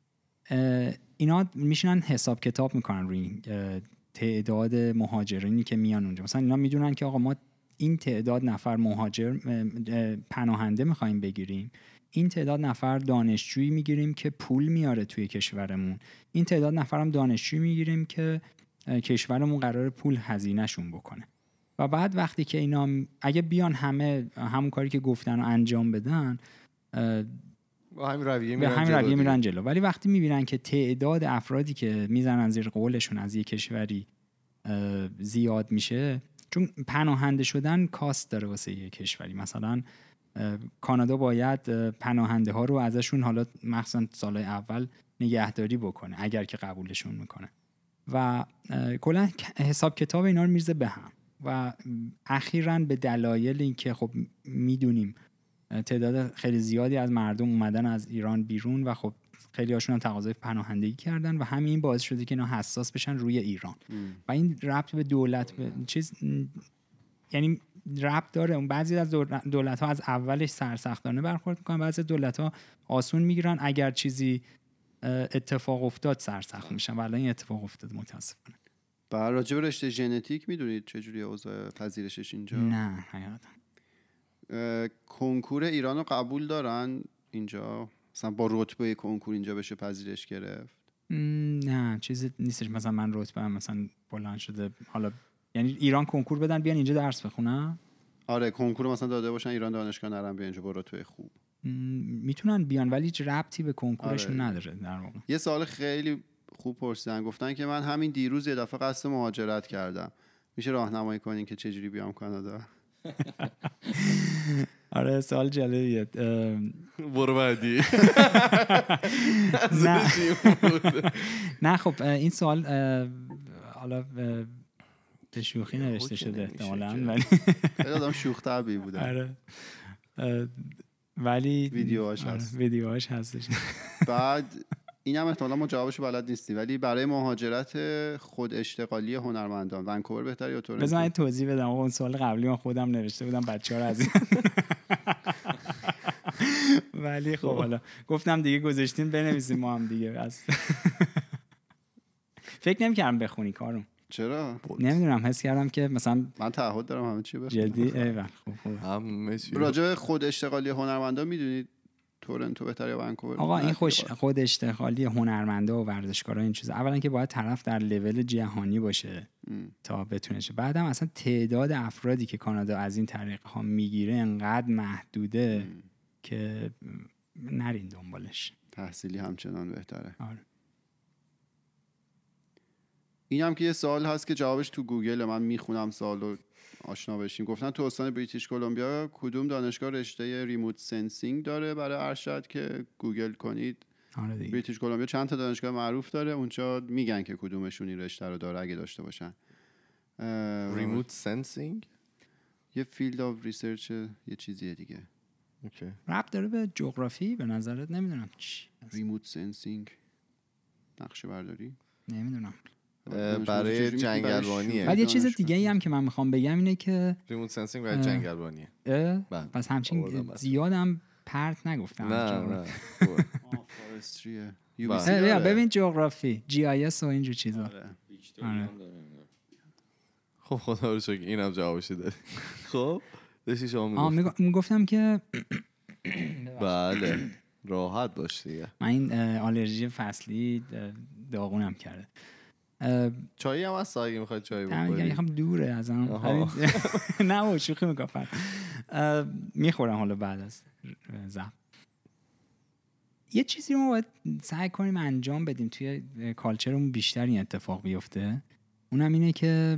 اینا میشینن حساب کتاب میکنن روی این تعداد مهاجرینی که میان اونجا. مثلا اینا میدونن که آقا ما این تعداد نفر مهاجر پناهنده میخوایم بگیریم، این تعداد نفر دانشجویی میگیریم که پول میاره توی کشورمون، این تعداد نفر هم دانشجویی میگیریم که کشورمون قرار پول هزینه‌شون بکنه. و بعد وقتی که اینا اگه بیان همون کاری که گفتن رو انجام بدن با همین رویه میرن جلو. ولی وقتی میبینن که تعداد افرادی که میزنن زیر قولشون از یک کشوری زیاد میشه، چون پناهنده شدن کاست داره واسه یک کشوری. مثلا کانادا باید پناهنده ها رو ازشون حالا مخصوصا سالهای اول نگهداری بکنه اگر که قبولشون میکنه و کلا حساب کتاب اینا رو میرزه به هم. و اخیراً به دلایل اینکه خب میدونیم تعداد خیلی زیادی از مردم اومدن از ایران بیرون و خب خیلی هاشون هم تقاضای پناهندگی کردن و همین باعث شده که اینا حساس بشن روی ایران. و این ربط به دولت به چیز یعنی ربط داره. اون بعضی از دولت‌ها از اولش سرسختانه برخورد میکنن، بعضی از دولت‌ها آسون میگیرن، اگر چیزی اتفاق افتاد سرسخت میشن و الان این اتفاق افتاد متاسفانه. برای راجع به رشته ژنتیک میدونید چجوری اوضاع پذیرشش اینجا؟ نه حقیقتا کنکور ایران رو قبول دارن اینجا؟ مثلا با رتبه کنکور اینجا بشه پذیرش گرفت؟ نه چیزی نیستش. مثلا من رتبه مثلا بلند شده حالا یعنی ایران کنکور بدن بیان اینجا درس بخونن؟ آره کنکور مثلا داده باشن ایران دانشگاه نرن بیان اینجا با رتبه خوب. میتونن بیان ولی هیچ ربطی به کنکورشون نداره در واقع. یه سوال خیلی خوب پرسیدن، گفتن که من همین دیروز یه دفعه قصد مهاجرت کردم، میشه راهنمایی کنین که چجوری بیام کانادا؟ آره سوال جالبیه. برو بعدی. نه خب این سوال حالا به شوخی نوشته شده احتمالاً، ولی خیلی آدم شوخ طبعی بوده. آره ولی ویدیوهاش هستش. بعد این هم احتمالا ما جوابشو بلد نیستی، ولی برای مهاجرت خود اشتغالی هنرمندان ونکوور بهتره یا تورنتو؟ بذار من توضیح بدم. اون سوال قبلی من خودم نوشته بودم بچه‌ها از این ولی خب حالا گفتم دیگه گذاشتین بنویسیم ما هم دیگه. از فکر نمی‌کردم بخونی کارو. چرا؟ نمیدونم حس کردم که مثلا من تعهد دارم همه چی بخونم. جدی؟ ایول خوب. همه چی. راجع به خود اشتغالی هنرمندان میدونید تورنتو بهتره یا ونکوور؟ آقا این خود اشتغالی هنرمندا و ورزشکارا این چیزا اولا که باید طرف در لول جهانی باشه تا بتونه شه. بعدم اصلا تعداد افرادی که کانادا از این طریق ها میگیره انقدر محدوده که نرین دنبالش. تحصیلی همچنان بهتره. آره. این هم که یه سوال هست که جوابش تو گوگل، من میخونم سوالو آشنا بشیم. گفتن تو استان بریتیش کلمبیا کدوم دانشگاه رشته ریموت سنسینگ داره برای ارشد که گوگل کنید. آره دیگه. بریتیش کلمبیا چند تا دانشگاه معروف داره، اونجا میگن که کدومشون این رشته رو داره اگه داشته باشن. ریموت سنسینگ یه فیلد آف ریسرچ یه چیزیه دیگه. اوکی. ربط داره به جغرافی به نظرت؟ نمیدونم چی. ریموت سنسینگ نقشه برداری؟ نمیدونم. برای جنگلبانیه. بعد یه چیز دیگه ای هم که من میخوام بگم اینه که ریموت سنسینگ برای جنگلبانیه. پس همچین زیادم پرت نگفتم. نه فارستریه. ببین جغرافی جی آی اس و اینجور چیزا. خب خدا رو شکر اینم جوابش داد. خب داشتی شما میگفتم که بله راحت باش دیگه. من این آلرژی فصلی داغونم کرده. چایی هم هست اگه میخواد چای دمت بخوری. گرم، یکم دوره ازم. آها. نه با شوخی میگم، میخورم حالا بعد از ضبط. یه چیزی ما باید سعی کنیم انجام بدیم توی کالچرمون بیشتر این اتفاق بیفته، اونم اینه که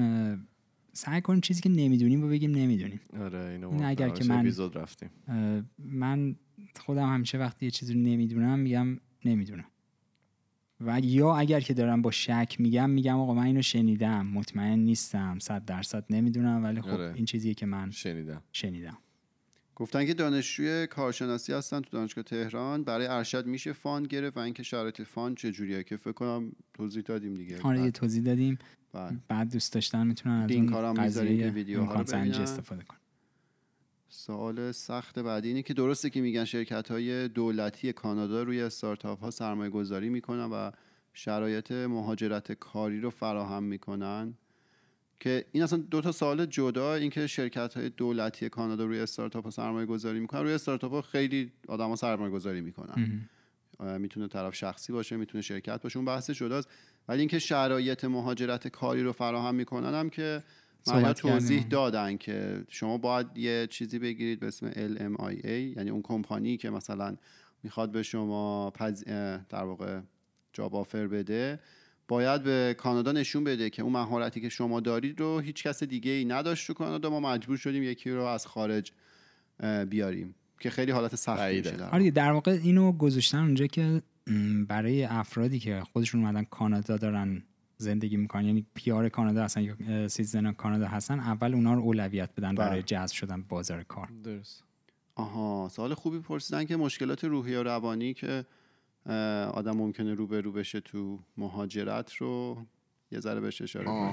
سعی کنیم چیزی که نمیدونیم رو بگیم نمیدونیم. آره اینو این اگر که اپیزود رفتیم. من خودم همیشه وقتی یه چیزی رو نمیدونم میگم نمیدونم، و یا اگر که دارم با شک میگم آقا من اینو شنیدم، مطمئن نیستم، 100% نمیدونم، ولی خب آره. این چیزیه که من شنیدم. گفتن که دانشجوی کارشناسی هستن تو دانشگاه تهران، برای ارشد میشه فاند گرفت و اینکه شرایط فاند چجوریه که فکر کنم توضیح دادیم دیگه. آره یه توضیح دادیم. بله. بعد دوست داشتن میتونن از این اون کارم میذاریم که ویدیوها رو ببینن، استفاده کنن. سوال سخت بعدی اینه که درسته که میگن شرکت‌های دولتی کانادا روی استارتاپ‌ها سرمایه‌گذاری میکنن و شرایط مهاجرت کاری رو فراهم میکنن؟ که این اصلا دو تا سوال جدا، اینکه شرکت‌های دولتی کانادا روی استارتاپ‌ها سرمایه‌گذاری میکنن، روی استارتاپ‌ها خیلی آدم‌ها سرمایه‌گذاری میکنن. میتونه طرف شخصی باشه، میتونه شرکت باشه، اون بحث جداست. ولی اینکه شرایط مهاجرت کاری رو فراهم میکنن هم که من توضیح دادن که شما باید یه چیزی بگیرید به اسم LMIA، یعنی اون کمپانی که مثلا میخواد به شما در واقع جاب آفر بده، باید به کانادا نشون بده که اون مهارتی که شما دارید رو هیچ کس دیگه ای نداشت تو کانادا، ما مجبور شدیم یکی رو از خارج بیاریم، که خیلی حالت سختی میشه. آره در واقع اینو گذاشتن اونجا که برای افرادی که خودشون اومدن کانادا دارن زندگی میکنن، یعنی پیار کانادا هستن یا سیتیزن کانادا هستن، اول اونا رو اولویت بدن برای جذب شدن بازار کار. درست. آها، سوال خوبی پرسیدن که مشکلات روحی و روانی که آدم ممکنه روبرو بشه تو مهاجرت رو یه ذره بهش اشاره کنیم.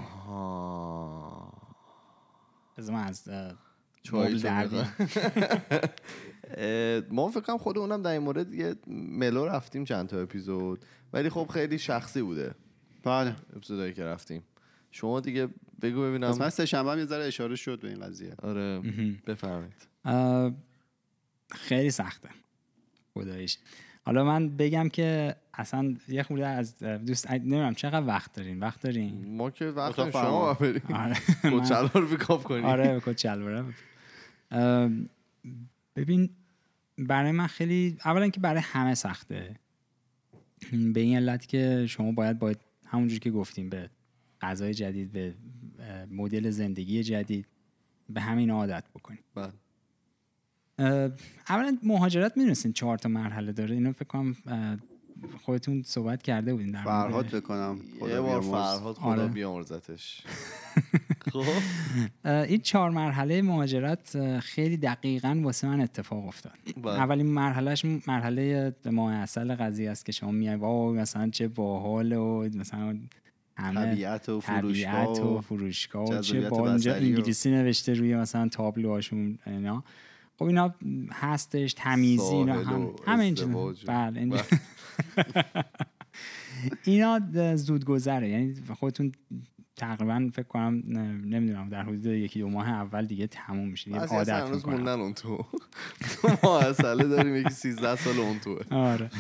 از من از ما فکر کنم خود اونم در این مورد یه ملو رفتیم چند تا اپیزود، ولی خب خیلی شخصی بوده. بله اپیزودایی که رفتیم. شما دیگه بگو ببینم. از من سه‌شنبه یه ذره اشاره شد به این قضیه. آره بفرمایید. خیلی سخته خداییش. حالا من بگم که اصلا یه خورده از دوست نمیدونم چقدر وقت دارین؟ ما که وقت شما بریم. آره. کچلوار رو بیکاپ کنیم. آره کچلوار. ببین برای من خیلی، اولا که برای همه سخته، به این علت که شما باید همونجوری که گفتیم به غذای جدید، به مدل زندگی جدید، به همین عادت بکنیم. بله. اولا مهاجرت میدونستین 4 تا مرحله داره، اینو فکر کنم خودتون صحبت کرده بودین در فرهاد فکر کنم یه بار فرهاد خدا بیامرزتش. خب این 4 مرحله مهاجرت خیلی دقیقاً واسه من اتفاق افتاد. اولین مرحلهش مرحله ماه عسل قضیه است که شما میای واو مثلا چه باحال و مثلا همه طبیعت و فروشگاه و چه با اونجا انگلیسی نوشته روی مثلا تابلوهاشون اینا. خب اینا هستش، تمیزی اینا همه این چیزا. بله اینا زود گذره، یعنی خودتون تقریبا فکر کنم نمیدونم در حدود 1-2 ماه اول دیگه تموم میشه، یه عادت هنوز موندن اون تو ما اصله داریم یکی 13 سال اون توه. آره.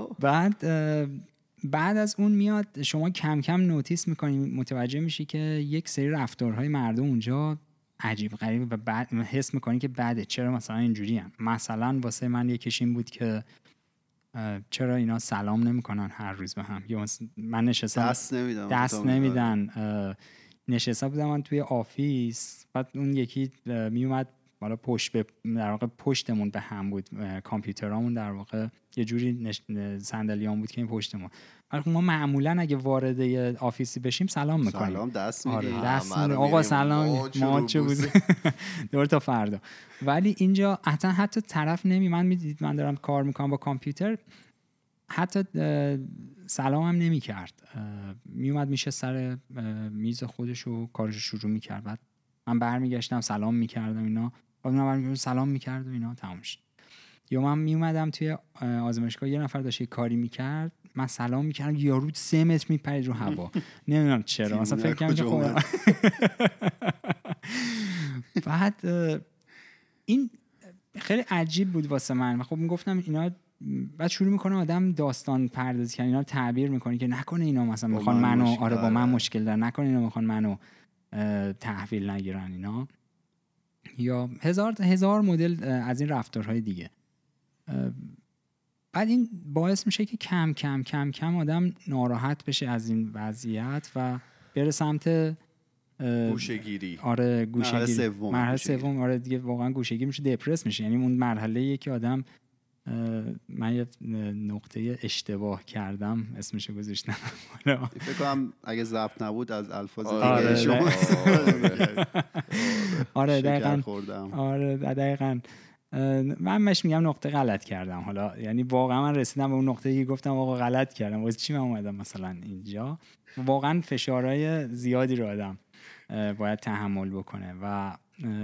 بعد از اون میاد شما کم کم نوتیس میکنی، متوجه میشی که یک سری رفتارهای مردم اونجا عجیب غریب و بعد حس میکنی که بعده چرا مثلا اینجوری هم. مثلا واسه من یکیش این بود که چرا اینا سلام نمیکنن هر روز به هم، یا من نشستم دست نمیدن. نشسته بودم من توی آفیس، بعد اون یکی میومد بالا در واقع پشتمون به هم بود، کامپیوترامون در واقع یه جوری صندلیام بود که این پشتمون. ولی ما معمولا اگه وارد یه آفیسی بشیم سلام میکنیم، سلام دست میدیم، آقا سلام ما چه بود دور تا فردا. ولی اینجا حتی طرف من دارم کار میکنم با کامپیوتر، حتی سلام هم نمی کرد، میومد میشه سر میز خودش و کارش شروع میکرد. بعد من برمیگشتم سلام میکردم اینا، بعد سلام میکرد و اینا تموم شد. یا من میومدم توی آزمایشگاه یه نفر داشت کاری میکرد، من سلام میکردم یارو 3 متر میپرید رو هوا، نمیدونم چرا، مثلا فکر کنم که خودم. بعد این خیلی عجیب بود واسه من. خب میگفتم اینا بعد شروع میکنه آدم داستان پردازی کردن، اینا رو تعبیر میکنه که نکنه اینا مثلا میخوان من منو مشکل با من مشکل دارن، نکنه اینا میخوان منو تحویل نگیرن اینا، یا هزار مدل از این رفتارهای دیگه. بعد این باعث میشه که کم کم کم کم آدم ناراحت بشه از این وضعیت و بره سمت گوشه‌گیری. آره گوشه‌گیری. مرحله گوشه‌گیری. سوم آره دیگه واقعا گوشه‌گیری میشه، دپرس میشه. یعنی اون مرحله‌ایه که آدم من یه نقطه اشتباه کردم اسمشو گذاشتم. فکر کنم اگه ضبط نبود از الفاظ آره، دیگه شما آره شکر دقیقاً خوردم. آره دقیقاً من مش میگم نقطه غلط کردم. حالا یعنی واقعا من رسیدم به اون نقطه‌ای که گفتم آقا غلط کردم، واسه چی من اومدم مثلا اینجا. واقعا فشارهای زیادی رو آدم باید تحمل بکنه و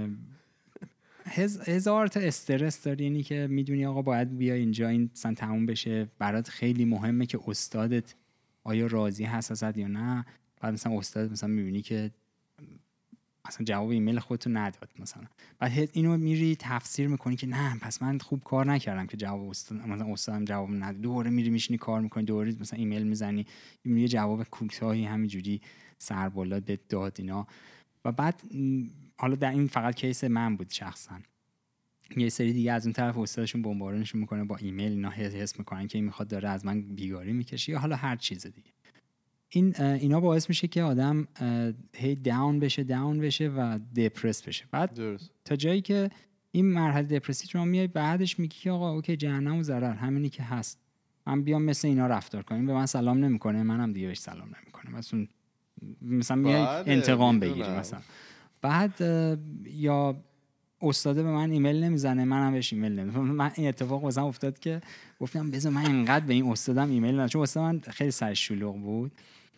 هزار تا استرس داری. اینی که میدونی آقا باید بیا اینجا این مثلا تموم بشه، برات خیلی مهمه که استادت آیا راضی هست ازت یا نه. بعد مثلا استاد مثلا میبینی که مثلا جواب ایمیل خودتو نداد مثلا، بعد اینو میری تفسیر میکنی که نه پس من خوب کار نکردم که جواب استادم جواب نداد. دوباره میری میشینی کار میکنی، دوباره مثلا ایمیل میزنی، یه جواب کوتاهی همینجوری سربالا به داد اینا. و بعد حالا در این فقط کیس من بود شخصا، یه سری دیگه از اون طرف استادشون بمبارونشون میکنه با ایمیل، اینا حس میکنن که این میخواد داره از من بیگاری میکشه یا حالا هر چیز دیگه. اینا باعث میشه که آدم هی داون بشه و دپرس بشه. بعد درست. تا جایی که این مرحله دپرسی شما میای بعدش میگی که آقا اوکی جهنم و ضرر همینی که هست، من بیام مثل اینا رفتار کنم، به من سلام نمیکنه منم دیگه بهش سلام نمیکنم، مثلا میای انتقام بگیری مثلا. بعد یا استاده به من ایمیل نمیزنه منم بهش ایمیل نمیزنم. من این اتفاق واسم افتاد که گفتم بذار من اینقدر به این استادم ایمیل ندم، چون استاد من خیلی سرش شلوغ بود،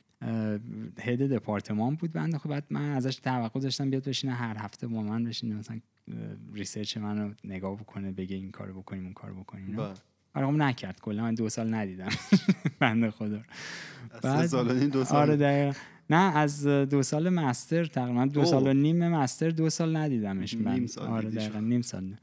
هد دپارتمان بود بنده خب. بعد من ازش توقع داشتم بیاد بشینه هر هفته با من بشینه مثلا ریسرچ منو نگاه بکنه، بگه این کارو بکنیم اون کارو بکنیم. آره خب نکرد، کلا من 2 سال ندیدم بنده خدا. بعد 3 سال و نیم 2 سال آره دقیقاً نه از 2 سال مستر تقریبا 2 سال و نیم مستر 2 سال ندیدمش من. آره دقیقاً نیم سال.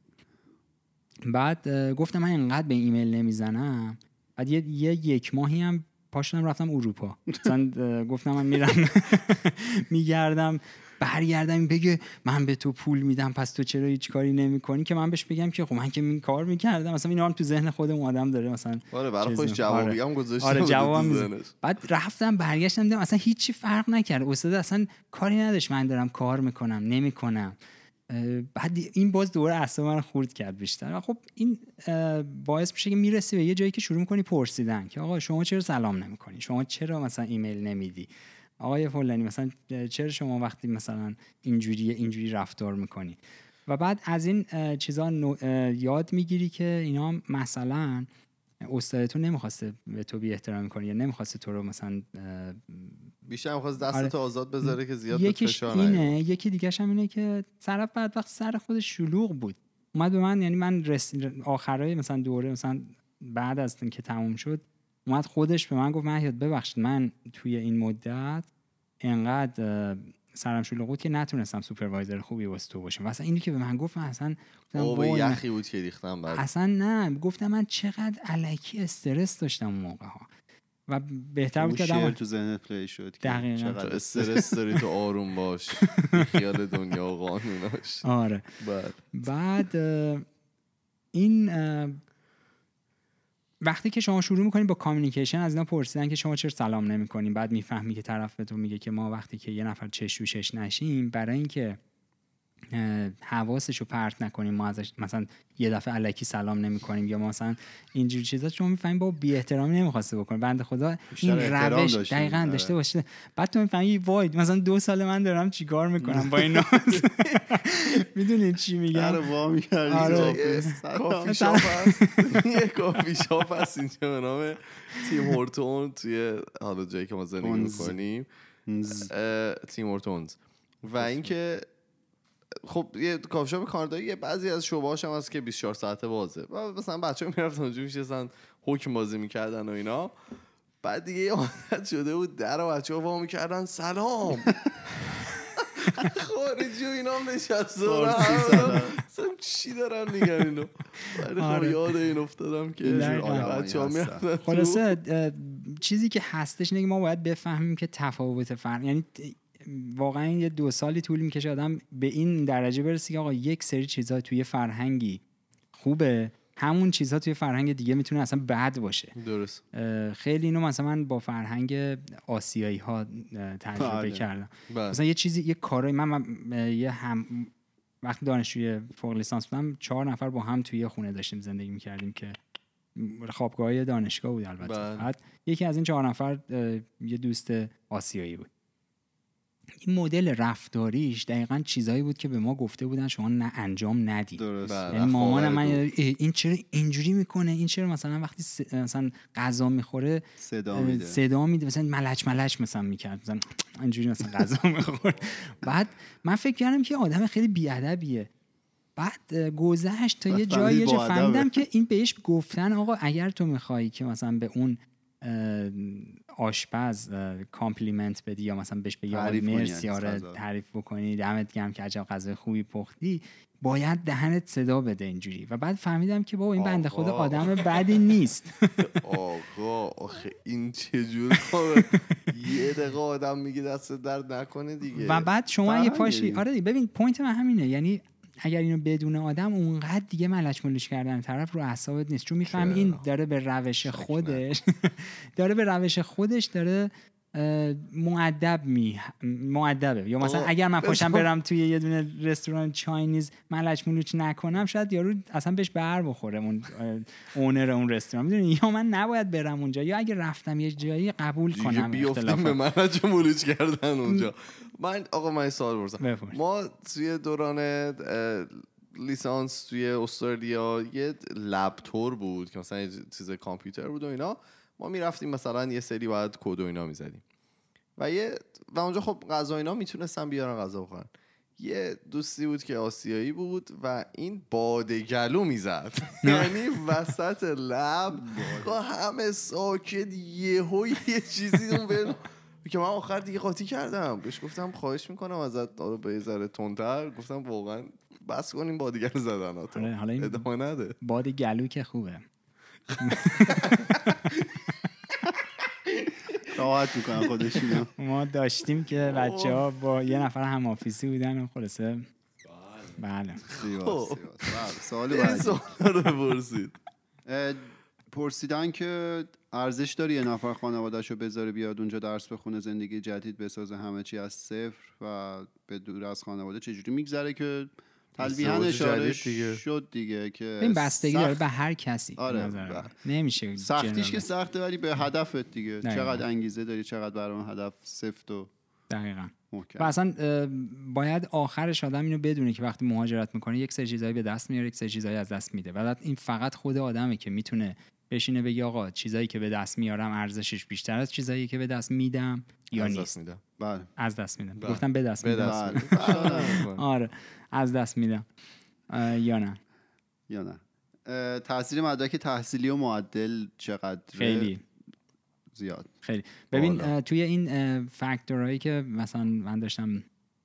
بعد گفتم من اینقدر به ایمیل نمیزنم. بعد یک ماهی هم پاشدم رفتم اروپا مثلا گفتم من میرم میگردم برگردم بگه من به تو پول میدم پس تو چرا هیچ کاری نمیکنی، که من بهش بگم که خب من که این کار میکردم مثلا. اینا هم تو ذهن خودم آدم داره مثلا. آره برای خودش جوابی هم گذاشته. آره جوابم. بعد رفتم برگشتم دیدم اصلا هیچی فرق نکرد، استاد اصلا کاری نداشت من دارم کار میکنم نمیکنم. بعد این باز دوباره اعصاب من خورد کرد بیشتر. و خب این باعث میشه که میرسی به یه جایی که شروع میکنی پرسیدن که آقا شما چرا سلام نمیکنی، شما چرا مثلا ایمیل نمیدی، آقای فلانی مثلا چرا شما وقتی مثلا اینجوری رفتار میکنی. و بعد از این چیزا یاد میگیری که اینا مثلا استادتون نمیخواسته به تو بی احترامی کنه یا نمیخواسته تو رو مثلا بیشتر میخواست دستتو آزاد بذاره که زیاد یکیش فشار اینه. یکی دیگه‌ش هم اینه که طرف بعد وقت سر خودش شلوغ بود اومد به من، یعنی من آخرای مثلا دوره مثلا بعد از اینکه تموم شد اومد خودش به من گفت مهیاد ببخشید من توی این مدت انقدر سرم شلوغ بود که نتونستم سوپروایزر خوبی واسه تو باشم. مثلا اینی که به من گفت من اصلا گفتم یخی بود که ریختم بعد اصلا نه گفتم من چقدر الکی استرس داشتم اون موقع ها و بهتر بود که شعر تو ذهنت پلی شد دقیقاً چقدر استرس داری تو آروم باش خیال دنیا و قانوناش. آره بعد این وقتی که شما شروع میکنید با کامیونیکیشن از اینا پرسیدن که شما چرا سلام نمیکنین، بعد میفهمی که طرف به تو میگه که ما وقتی که یه نفر چش نشیم برای اینکه حواسشو پرت نکنیم ما ازش مثلا یه دفعه الکی سلام نمیکنیم یا مثلا اینجور چیزا، شما میفهمید با بی احترامی نمیخواسته بکنه بنده خدا این روش دقیقاً داشته باشه. بعد تو میفهمی وای مثلا 2 سال من دارم چیکار میکنم با اینا میدونید چی میگم؟ آره کافی شاپ هست یه کافی شاپ هست اینجا به نام تیم هورتون توی حالا جایی که ما زندگی میکنیم تیم هورتونز. و اینکه خب یه کافی شاپ کانادایی بعضی از شعبه‌هاش هم هست که 24 ساعته بازه و مثلا بچه‌ها میرفتن اونجا میشستن حکم بازی میکردن و اینا. بعد دیگه یه عادت شده بود در و بچه‌ها وا میکردن سلام خارجی و اینا هم نشسته اصلا چی دارن میگن اینو؟ ولی خب یاد این افتادم که بچه‌ها میرفتن خلاصه چیزی که هستش اینه که ما باید بفهمیم که تفاوت فرق، یعنی واقعا یه 2 سالی طول میکشه آدم به این درجه برسه که آقا یک سری چیزا توی فرهنگی خوبه، همون چیزها توی فرهنگ دیگه میتونه اصلا بد باشه. درست. خیلی اینو مثلا من با فرهنگ آسیایی ها تجربه کردم. مثلا یه چیزی، یه کارای من وقتی دانشجوی فوق لیسانس بودم 4 نفر با هم توی خونه داشتیم زندگی میکردیم که خوابگاه دانشگاه بود البته. بعد یکی از این 4 نفر یه دوست آسیایی بود. این مدل رفتاریش دقیقاً چیزایی بود که به ما گفته بودن شما نه انجام ندید. یعنی مامان من این چرا اینجوری میکنه، این چرا مثلا وقتی مثلا غذا میخوره صدا میده مثلا ملچ مثلا میکرد، مثلا اینجوری مثلا غذا میخوره. بعد من فکر کردم که آدم خیلی بیادبیه. بعد گذشت تا یه جایی فهمیدم که این بهش گفتن آقا اگر تو میخوایی که مثلا به اون آشپز کامپلیمنت بدی یا مثلا بهش بگی مرسی، آره تعریف بکنی، دمت گرم که عجب غذای خوبی پختی، باید دهنت صدا بده اینجوری. و بعد فهمیدم که بابا این بنده خدا آدم بدی نیست. آقا آخه این چجور کاره؟ یه دقیقه آدم میگه دست درد نکنه دیگه. و بعد شما یه پاشی، آره دیگه ببین پوینت من همینه، یعنی اگر اینو بدونه آدم اونقدر دیگه ملچ ملوش کردن طرف رو اعصابت نیست، چون میفهم این داره به روش خودش داره مؤدبه. یا مثلا اگر من پاشم برم توی یه دونه رستوران چاینیز ملچ ملوچ نکنم شاید یارو اصلا بهش بر بخوره اون اونر اون رستوران، میدونی، یا من نباید برم اونجا، یا اگه رفتم یه جایی قبول کنم بیافتم به ملچ ملوچ کردن اونجا. من سوال پرسم. ما توی دوران لیسانس توی استرالیا یه لب تور بود که مثلا یه چیز کامپیوتر بود و اینا، ما میرفتیم مثلا یه سری باید کد و اینا میزدیم و اونجا خب غذا اینا میتونستن بیارن غذا بخورن. یه دوستی بود که آسیایی بود و این بادگلو میزد، یعنی وسط لب همه ساکت، یهو یه چیزی اون که من آخر دیگه قاطی کردم، بهش گفتم خواهش میکنم ازت به یه ذره تندتر، گفتم واقعا بس کنیم بادگلو زدن حالا این ادامه نده. بادگلو که خوبه. راحت میکنن خودشونو. ما داشتیم که بچه‌ها با یه نفر هم آفیسی بودن و خلاصه بله. سوال بعدی رو بپرسید. پرسیدن که ارزش داره یه نفر خانواده‌شو بذاره بیاد اونجا درس بخونه، زندگی جدید بسازه، همه چی از صفر و به دور از خانواده چجوری میگذره که تلویحاً اشاره شد دیگه که این بستگی داره به هر کسی. آره نمیشه سختیش که سخته ولی به هدفت دیگه دقیقا. چقدر انگیزه داری، چقدر برای اون هدف سفت و دقیقاً محکم. و اصلا باید آخرش آدم اینو بدونه که وقتی مهاجرت میکنه یک سری چیزایی به دست میاره، یک سری چیزایی از دست میده. بعد این فقط خود آدمه که میتونه بشینه بگه آقا چیزایی که به دست میارم ارزشش بیشتر از چیزایی که به دست میدم یا نیست. بله از دست میدم. گفتم به دست میدم. آره از دست میدم یا نه. تاثیر مدرک تحصیلی و معدل چقدر؟ خیلی زیاد. خیلی. ببین توی این فاکتورهایی که مثلا من داشتم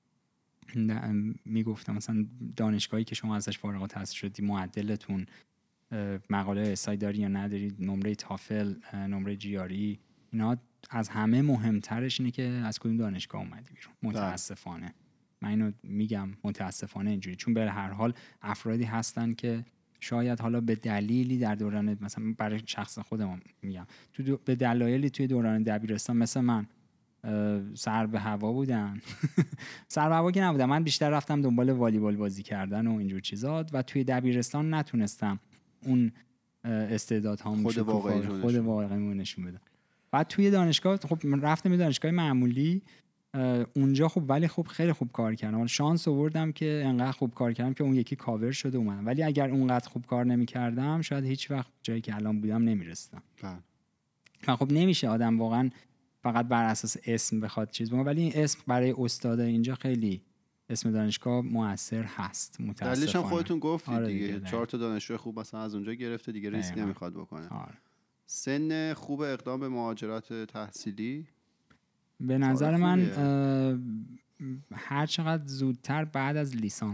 میگفتم، مثلا دانشگاهی که شما ازش فارغ التحصیل شدی، معدلتون، مقاله اسای داری یا نداری، نمره تافل، نمره جیاری، اینا از همه مهمترش اینه که از کدوم دانشگاه اومدی بیرون. متاسفانه من اینو میگم، متاسفانه اینجوری، چون به هر حال افرادی هستن که شاید حالا به دلیلی در دوران، مثلا برای شخص خودم میگم، به دلایلی توی دوران دبیرستان مثل من سر به هوا بودن. سر به هوا که نبودم، من بیشتر رفتم دنبال والیبال بازی کردن و اینجور چیزات و توی دبیرستان نتونستم اون استعدادهام خود واقعی نشون بدم. بعد توی دانشگاه خب رفتم یه دانشگاه معمولی اونجا، خب ولی خب خیلی خوب کار کردم، شانس آوردم که انقدر خوب کار کردم که اون یکی کاور شده اومدم، ولی اگر اونقدر خوب کار نمی‌کردم شاید هیچ وقت جایی که الان بودم نمیرسیدم. و خب نمیشه آدم واقعا فقط بر اساس اسم بخواد چیز بگه، ولی این اسم برای استادا اینجا خیلی، اسم دانشگاه موثر هست متاسفانه. دلیلش هم خودتون گفتید آره دیگه 4 تا دانشجو خوب مثلا از اونجا گرفته دیگه، ریسک نمیخواد بکنه. آره. سن خوب اقدام به مهاجرت تحصیلی به نظر من هر چقدر زودتر بعد از لیسانس،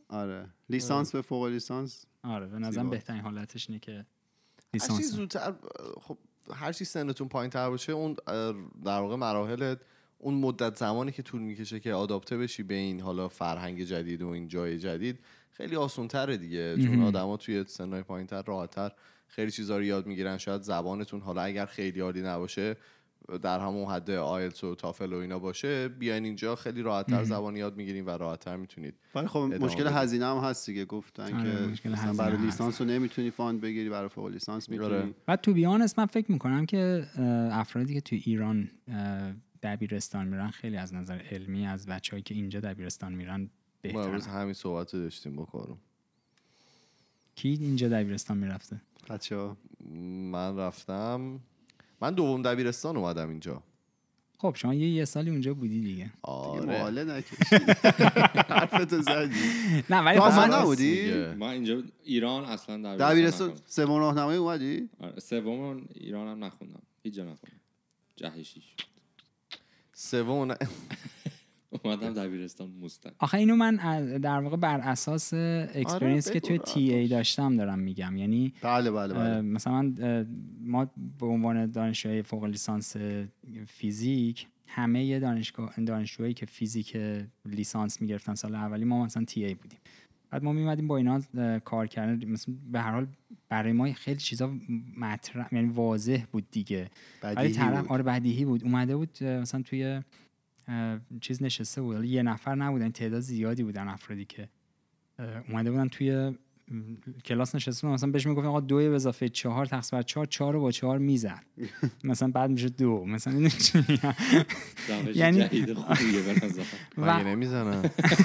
آره لیسانس به فوق لیسانس. آره به نظرم بهترین حالتش اینه که هرچی لیسانس. زودتر خب هرچی سنتون پایین تر باشه اون در واقع مراحل اون مدت زمانی که طول میکشه که آداپته بشی به این حالا فرهنگ جدید و این جای جدید خیلی آسون تره دیگه، چون آدما توی سنای پایین تر راحت تر خیلی چیزا رو یاد میگیرن. شاید زبانتون حالا اگر خیلی عالی نباشه در همون حد آیلتس و تافل و اینا باشه، بیاین اینجا خیلی راحت‌تر زبان یاد میگیرین و راحت‌تر میتونید. ولی خب مشکل هزینه هم هست دیگه، گفتن که مثلا برای لیسانس رو نمیتونی فاند بگیری، برای فوق لیسانس میتونی. بعد تو بیانست من فکر میکنم که افرادی که تو ایران دبیرستان میرن خیلی از نظر علمی از بچه‌هایی که اینجا دبیرستان میرن بهترن. ما امروز همین صحبت رو داشتیم با کارم. کی اینجا دبیرستان میرفته؟ بچه‌ها من رفتم، من دوم دبیرستان اومدم اینجا. خب شما یه سالی اونجا بودی دیگه. آره ماله نکشی حرفتو زدی. نه ولی من نبودی؟ من اینجا ایران اصلا دبیرستان سوم راهنمایی اومدی؟ آره سوم ایران هم نخوندم، هیچ جا نخوندم. جهشیش سوم اومدم دبیرستان مستقیم. آخه اینو من در واقع بر اساس اکسپریانس که توی تی ای داشتم دارم میگم. یعنی بله مثلا ما به عنوان دانشجوی فوق لیسانس فیزیک همه دانشجوهایی که فیزیک لیسانس میگرفتن سال اولی ما مثلا تی ای بودیم. بعد ما میمدیم با اینا کار کردن، مثلا به هر حال برای ما خیلی چیزا مطرح، یعنی واضح بود دیگه. ولی طرف آره بدیهی بود. اومده بود مثلا توی چیز نشسته بود، یه نفر نبودن، تعداد زیادی بودن افرادی که اومده بودن توی کلاس نشسته بودن، مثلا بهش میگفتن آقا 2 به اضافه 4 تقسیم بر 4 4 رو با 4 میزد مثلا بعد میشه 2 مثلا. یعنی جدید خوبیه به نظر من نمیزنم.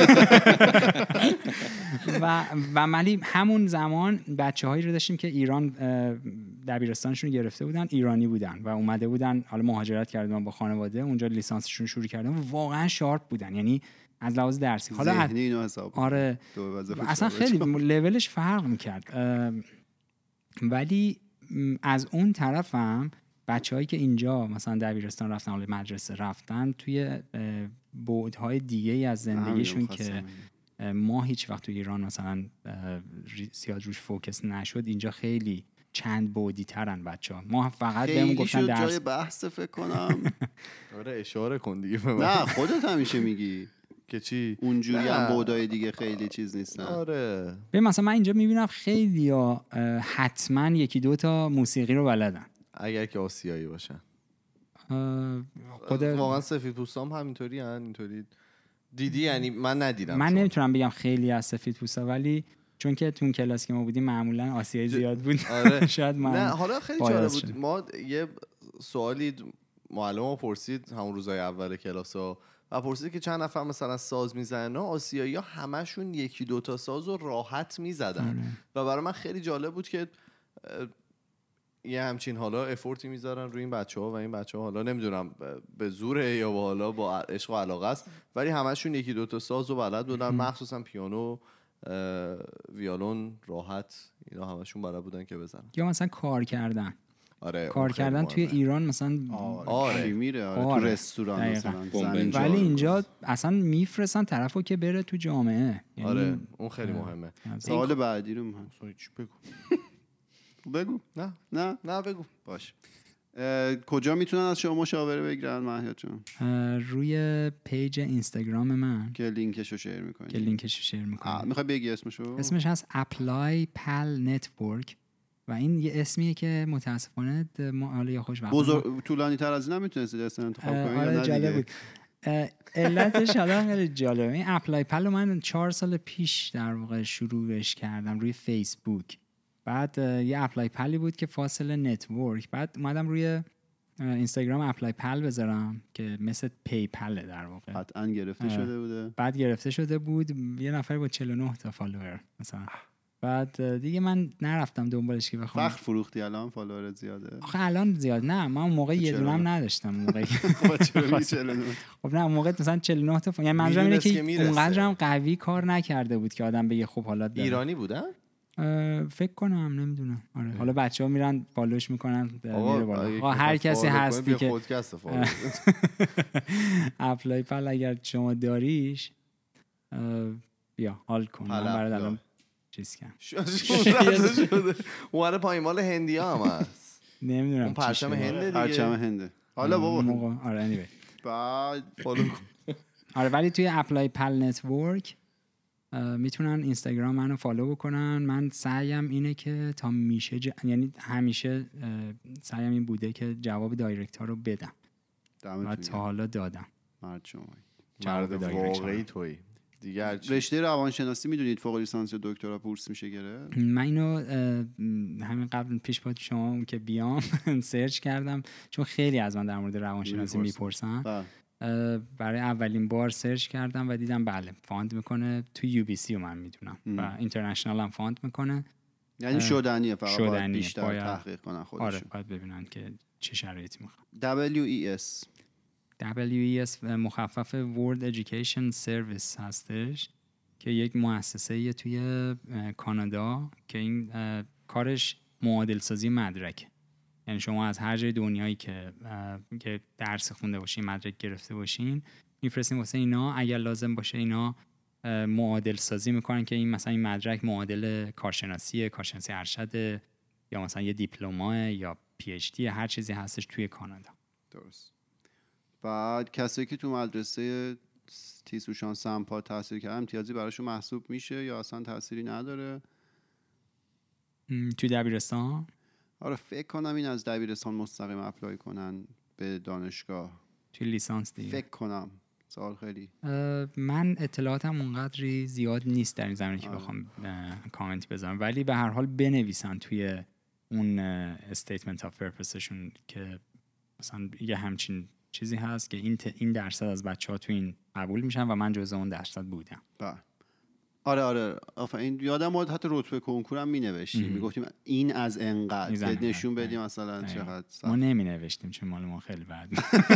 و ملی همون زمان بچه‌هایی رو داشتیم که ایران دبیرستانشون رو گرفته بودن، ایرانی بودن و اومده بودن، حالا مهاجرت کردن با خانواده اونجا لیسانسشون شروع کردن، واقعا شارپ بودن، یعنی از لحاظ درسی حالا ذهنی اینو حساب. آره اصلا خیلی لولش فرق میکرد. ولی از اون طرفم بچه‌هایی که اینجا مثلا دبیرستان رفتن، حالا مدرسه رفتن، توی بعدهای دیگه از زندگیشون که ما هیچ وقت تو ایران مثلا زیاد روش فوکس نشد، اینجا خیلی چند بعدی ترن بچه‌ها. ما فقط بهمون گفتن درس. جای بحث فکر کنم. آره اشاره کن دیگه. نه خودت همیشه میگی که چی اونجوری هم بعدای دیگه خیلی چیز نیستن. آره ببین مثلا من اینجا میبینم خیلیا حتما 1-2 تا موسیقی رو بلدن اگر که آسیایی باشن. واقعا سفیدپوستام همینطوری هن، اینطوری دیدی؟ یعنی من ندیدم. من نمیتونم بگم خیلی از سفیدپوستا، ولی چون که تو کلاس که ما بودیم معمولا آسیایی زیاد بود. آره. شاید من نه حالا خیلی جالب بود. ما یه سوالی معلم پرسید همون روزای اول کلاسا و پرسید که چند نفر مثلا ساز میزنن. آسیایی ها همشون 1-2 تا ساز رو راحت میزدن و برای من خیلی جالب بود که یه همچین حالا افورتی میذارن روی این بچه‌ها و این بچه‌ها حالا نمیدونم به زوره یا حالا با عشق و علاقه است، ولی همشون 1-2 تا ساز رو بلد بودن، مخصوصا پیانو، ویولون راحت، اینا همشون بلد بودن که بزنن. یا مثلا کار کردن. آره کار کردن توی ایران مثلا آره میره تو رستوران مثلا، ولی اینجا اصلا میفرستن طرفو که بره تو جامعه. یعنی آره اون خیلی مهمه. سوال بعدی رو بگو. نه بگو. باش. کجا میتونن از شما مشاوره بگیرن مهیار جان؟ روی پیج اینستاگرام من که لینکشو شیر میکنی. میخوای بگی اسمشو؟ اسمش هست Apply Pal Network و این یه اسمیه که متاسفانه ما حالا یا خوشبختانه طولانی تر از این هم میتونستید اسم انتخاب کنید. آره جالب بود. علتش حالا خیلی جالبه. این اپلای پل رو من 4 سال پیش در واقع شروعش کردم روی فیسبوک. بعد یه اپلای پلی بود که فاصله نتورک. بعد اومدم روی اینستاگرام اپلای پل بذارم که مثل پیپل در واقع. قطعا گرفته شده بوده. بعد گرفته شده بود، یه نفر با 49 تا فالوور مثلا. بعد دیگه من نرفتم دنبالش که بخوام. وقت فروختی الان فالوور زیاده؟ آخه الان زیاد نه، من اون موقع یه دونم نداشتم اون موقع. خب نه اون موقع مثلا 49 تا یعنی منظورم اینه که اونقدرم قوی کار نکرده بود که آدم بگه خب حالا ایرانی بودن؟ فکر کنم، نمیدونم. آره حالا بچه‌ها میرن فالوش میکنن میره بالا. هر کسی هستی که اپلای پل اگر شما داریش بیا حال کن. من برات الان چیز کنم. شده اومده پایین مال هندی ها هم هست. نمیدونم اون پرچم هنده دیگه. پرچم هنده. حالا بابا آره anyway. بعد فالو کن. آره ولی توی اپلای پل نتورک میتونن اینستاگرام منو فالو بکنن. من سعیم اینه که تا میشه یعنی همیشه سعیم این بوده که جواب دایرکت ها رو بدم و تا حالا دادم. مرد واقعی تویی دیگه. رشته روانشناسی میدونید فوق لیسانس یا دکترا بورس میشه گرفت؟ من اینو همین قبل پیش با شما که بیام سرچ کردم چون خیلی از من در مورد روانشناسی میپرسن. برای اولین بار سرچ کردم و دیدم بله فاند میکنه تو UBC رو من میدونم و اینترنشنال هم فاند میکنه. یعنی شدنیه، فقط باید شدنیه. بیشتر تحقیق کنن خودشون. آره باید ببینن که چه شرایطی میخوان. WES مخفف World Education Service هستش که یک مؤسسه توی کانادا که این کارش معادل سازی مدرک. یعنی شما از هر جای دنیایی که درس خونده باشین، مدرک گرفته باشین، میفرستین واسه اینا. اگر لازم باشه اینا معادل سازی میکنن که این مثلا این مدرک معادل کارشناسی ارشد یا مثلا یه دیپلمه یا PhD هر چیزی هستش توی کانادا. درست. بعد کسایی که تو مدرسه تیسوشان سمپا تحصیل کردن امتیازی براشون محسوب میشه یا اصلا تأثیری نداره؟ توی دبیرستان؟ آره فکر کنم این از دبیرستان مستقیم اپلای کنن به دانشگاه. توی لیسانس دیگه فکر کنم. سوال خیلی من اطلاعاتم اونقدری زیاد نیست در این زمینه که بخوام کامنت بذارم، ولی به هر حال بنویسن توی اون استیتمنت آف پرپسشون که مثلا یه همچین چیزی هست که این درصد از بچه‌ها تو این قبول میشن و من جزو اون درصد بودم. آره این یادم اومد حتی رتبه کنکور هم می‌نوشتیم، میگفتیم این از انقدر که نشون بدیم مثلا چقدر سخت. ما نمی‌نوشتیم چون مال ما خیلی بد.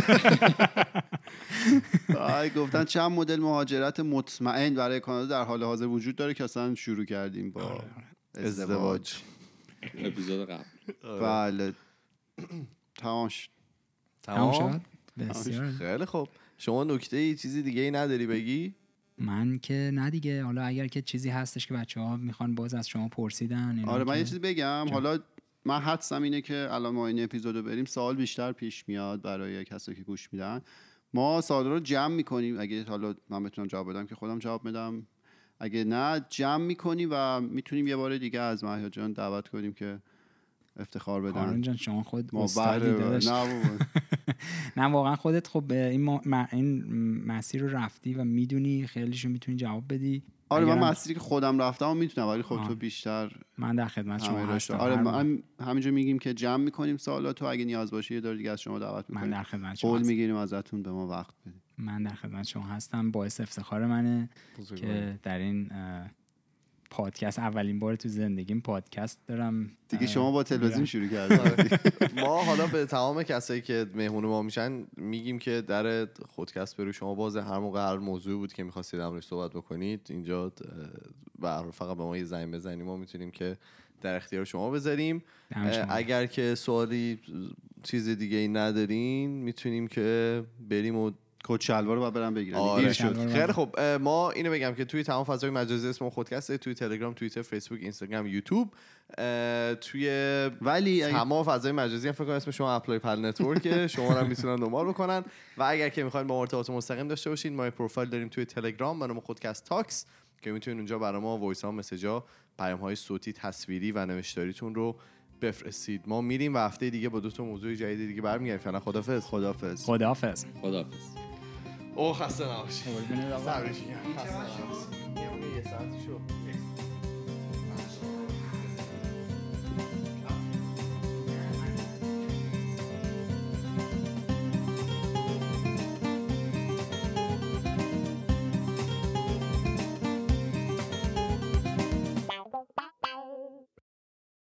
گفتن چند مدل مهاجرت مطمئن برای کانادا در حال حاضر وجود داره که اصلا شروع کردیم با ازدواج. اپیزود قبل. بله تمام شد. بسیار خیلی خوب. شما نکته چیزی دیگه ای نداری بگی؟ من که نه دیگه. حالا اگر که چیزی هستش که بچه‌ها میخوان باز از شما پرسیدن. آره من یه چیزی بگم. حالا من حدسم اینه که الان ما این اپیزودو بریم سوال بیشتر پیش میاد برای کسایی که گوش میدن. ما سوالا رو جمع میکنیم. اگه حالا من بتونم جواب بدم که خودم جواب میدم، اگه نه جمع میکنیم و میتونیم یه بار دیگه از مهیا جان دعوت کنیم که افتخار بدن. کارون جان شما خود استادی داداش. نه واقعا خودت خب این مسیر رو رفتی و میدونی خیلیشو میتونی جواب بدی. آره من مسیری که خودم رفتم میتونم، ولی خب تو بیشتر. من در خدمت شما هستم. آره من همینجا میگیم که جمع میکنیم سوالاتو، اگه نیاز باشه یه دور دیگه از شما دعوت میکنیم. من در خدمت شما قول میگیریم ازتون به ما وقت بدید. من در خدمت شما هستم. باعث افتخار منه که در این پادکست اولین بار تو زندگیم پادکست دارم دیگه. شما با تلویزیون شروع کردید. ما حالا به تمام کسایی که مهمون ما میشن میگیم که در خودکست برو شما باز هر موقع هر موضوعی بود که می‌خواستید امروز صحبت بکنید اینجا فقط به ما یه زنگ بزنید، ما میتونیم که در اختیار شما بذاریم. اگر که سوالی چیز دیگه ای ندارین میتونیم که بریم و کد شلوار رو برام بگیرن. آره. خیلی خب ما اینو بگم که توی تمام فضای مجازی اسم خودکسته، توی تلگرام، توییتر، فیسبوک، اینستاگرام، یوتیوب، توی ولی تمام فضای مجازی هم فکر کنم اسم شما اپلای پل نتورک شما رو میتونن دنبال بکنن. و اگر که میخواین با ما ارتباط مستقیم داشته باشین ما یک پروفایل داریم توی تلگرام به نام خودکست تاکس که میتونین اونجا برای ما وایس ها، مسیج ها، پیام های صوتی، تصویری و نوشتاریتون رو بفرستید. ما میریم و هفته دیگه با 2 موضوع جدید دیگه برمیگردیم. فعلا خدافظ. او خسته نباشید. صبرش کنید. خسته نباشید. یه ساعتی شو.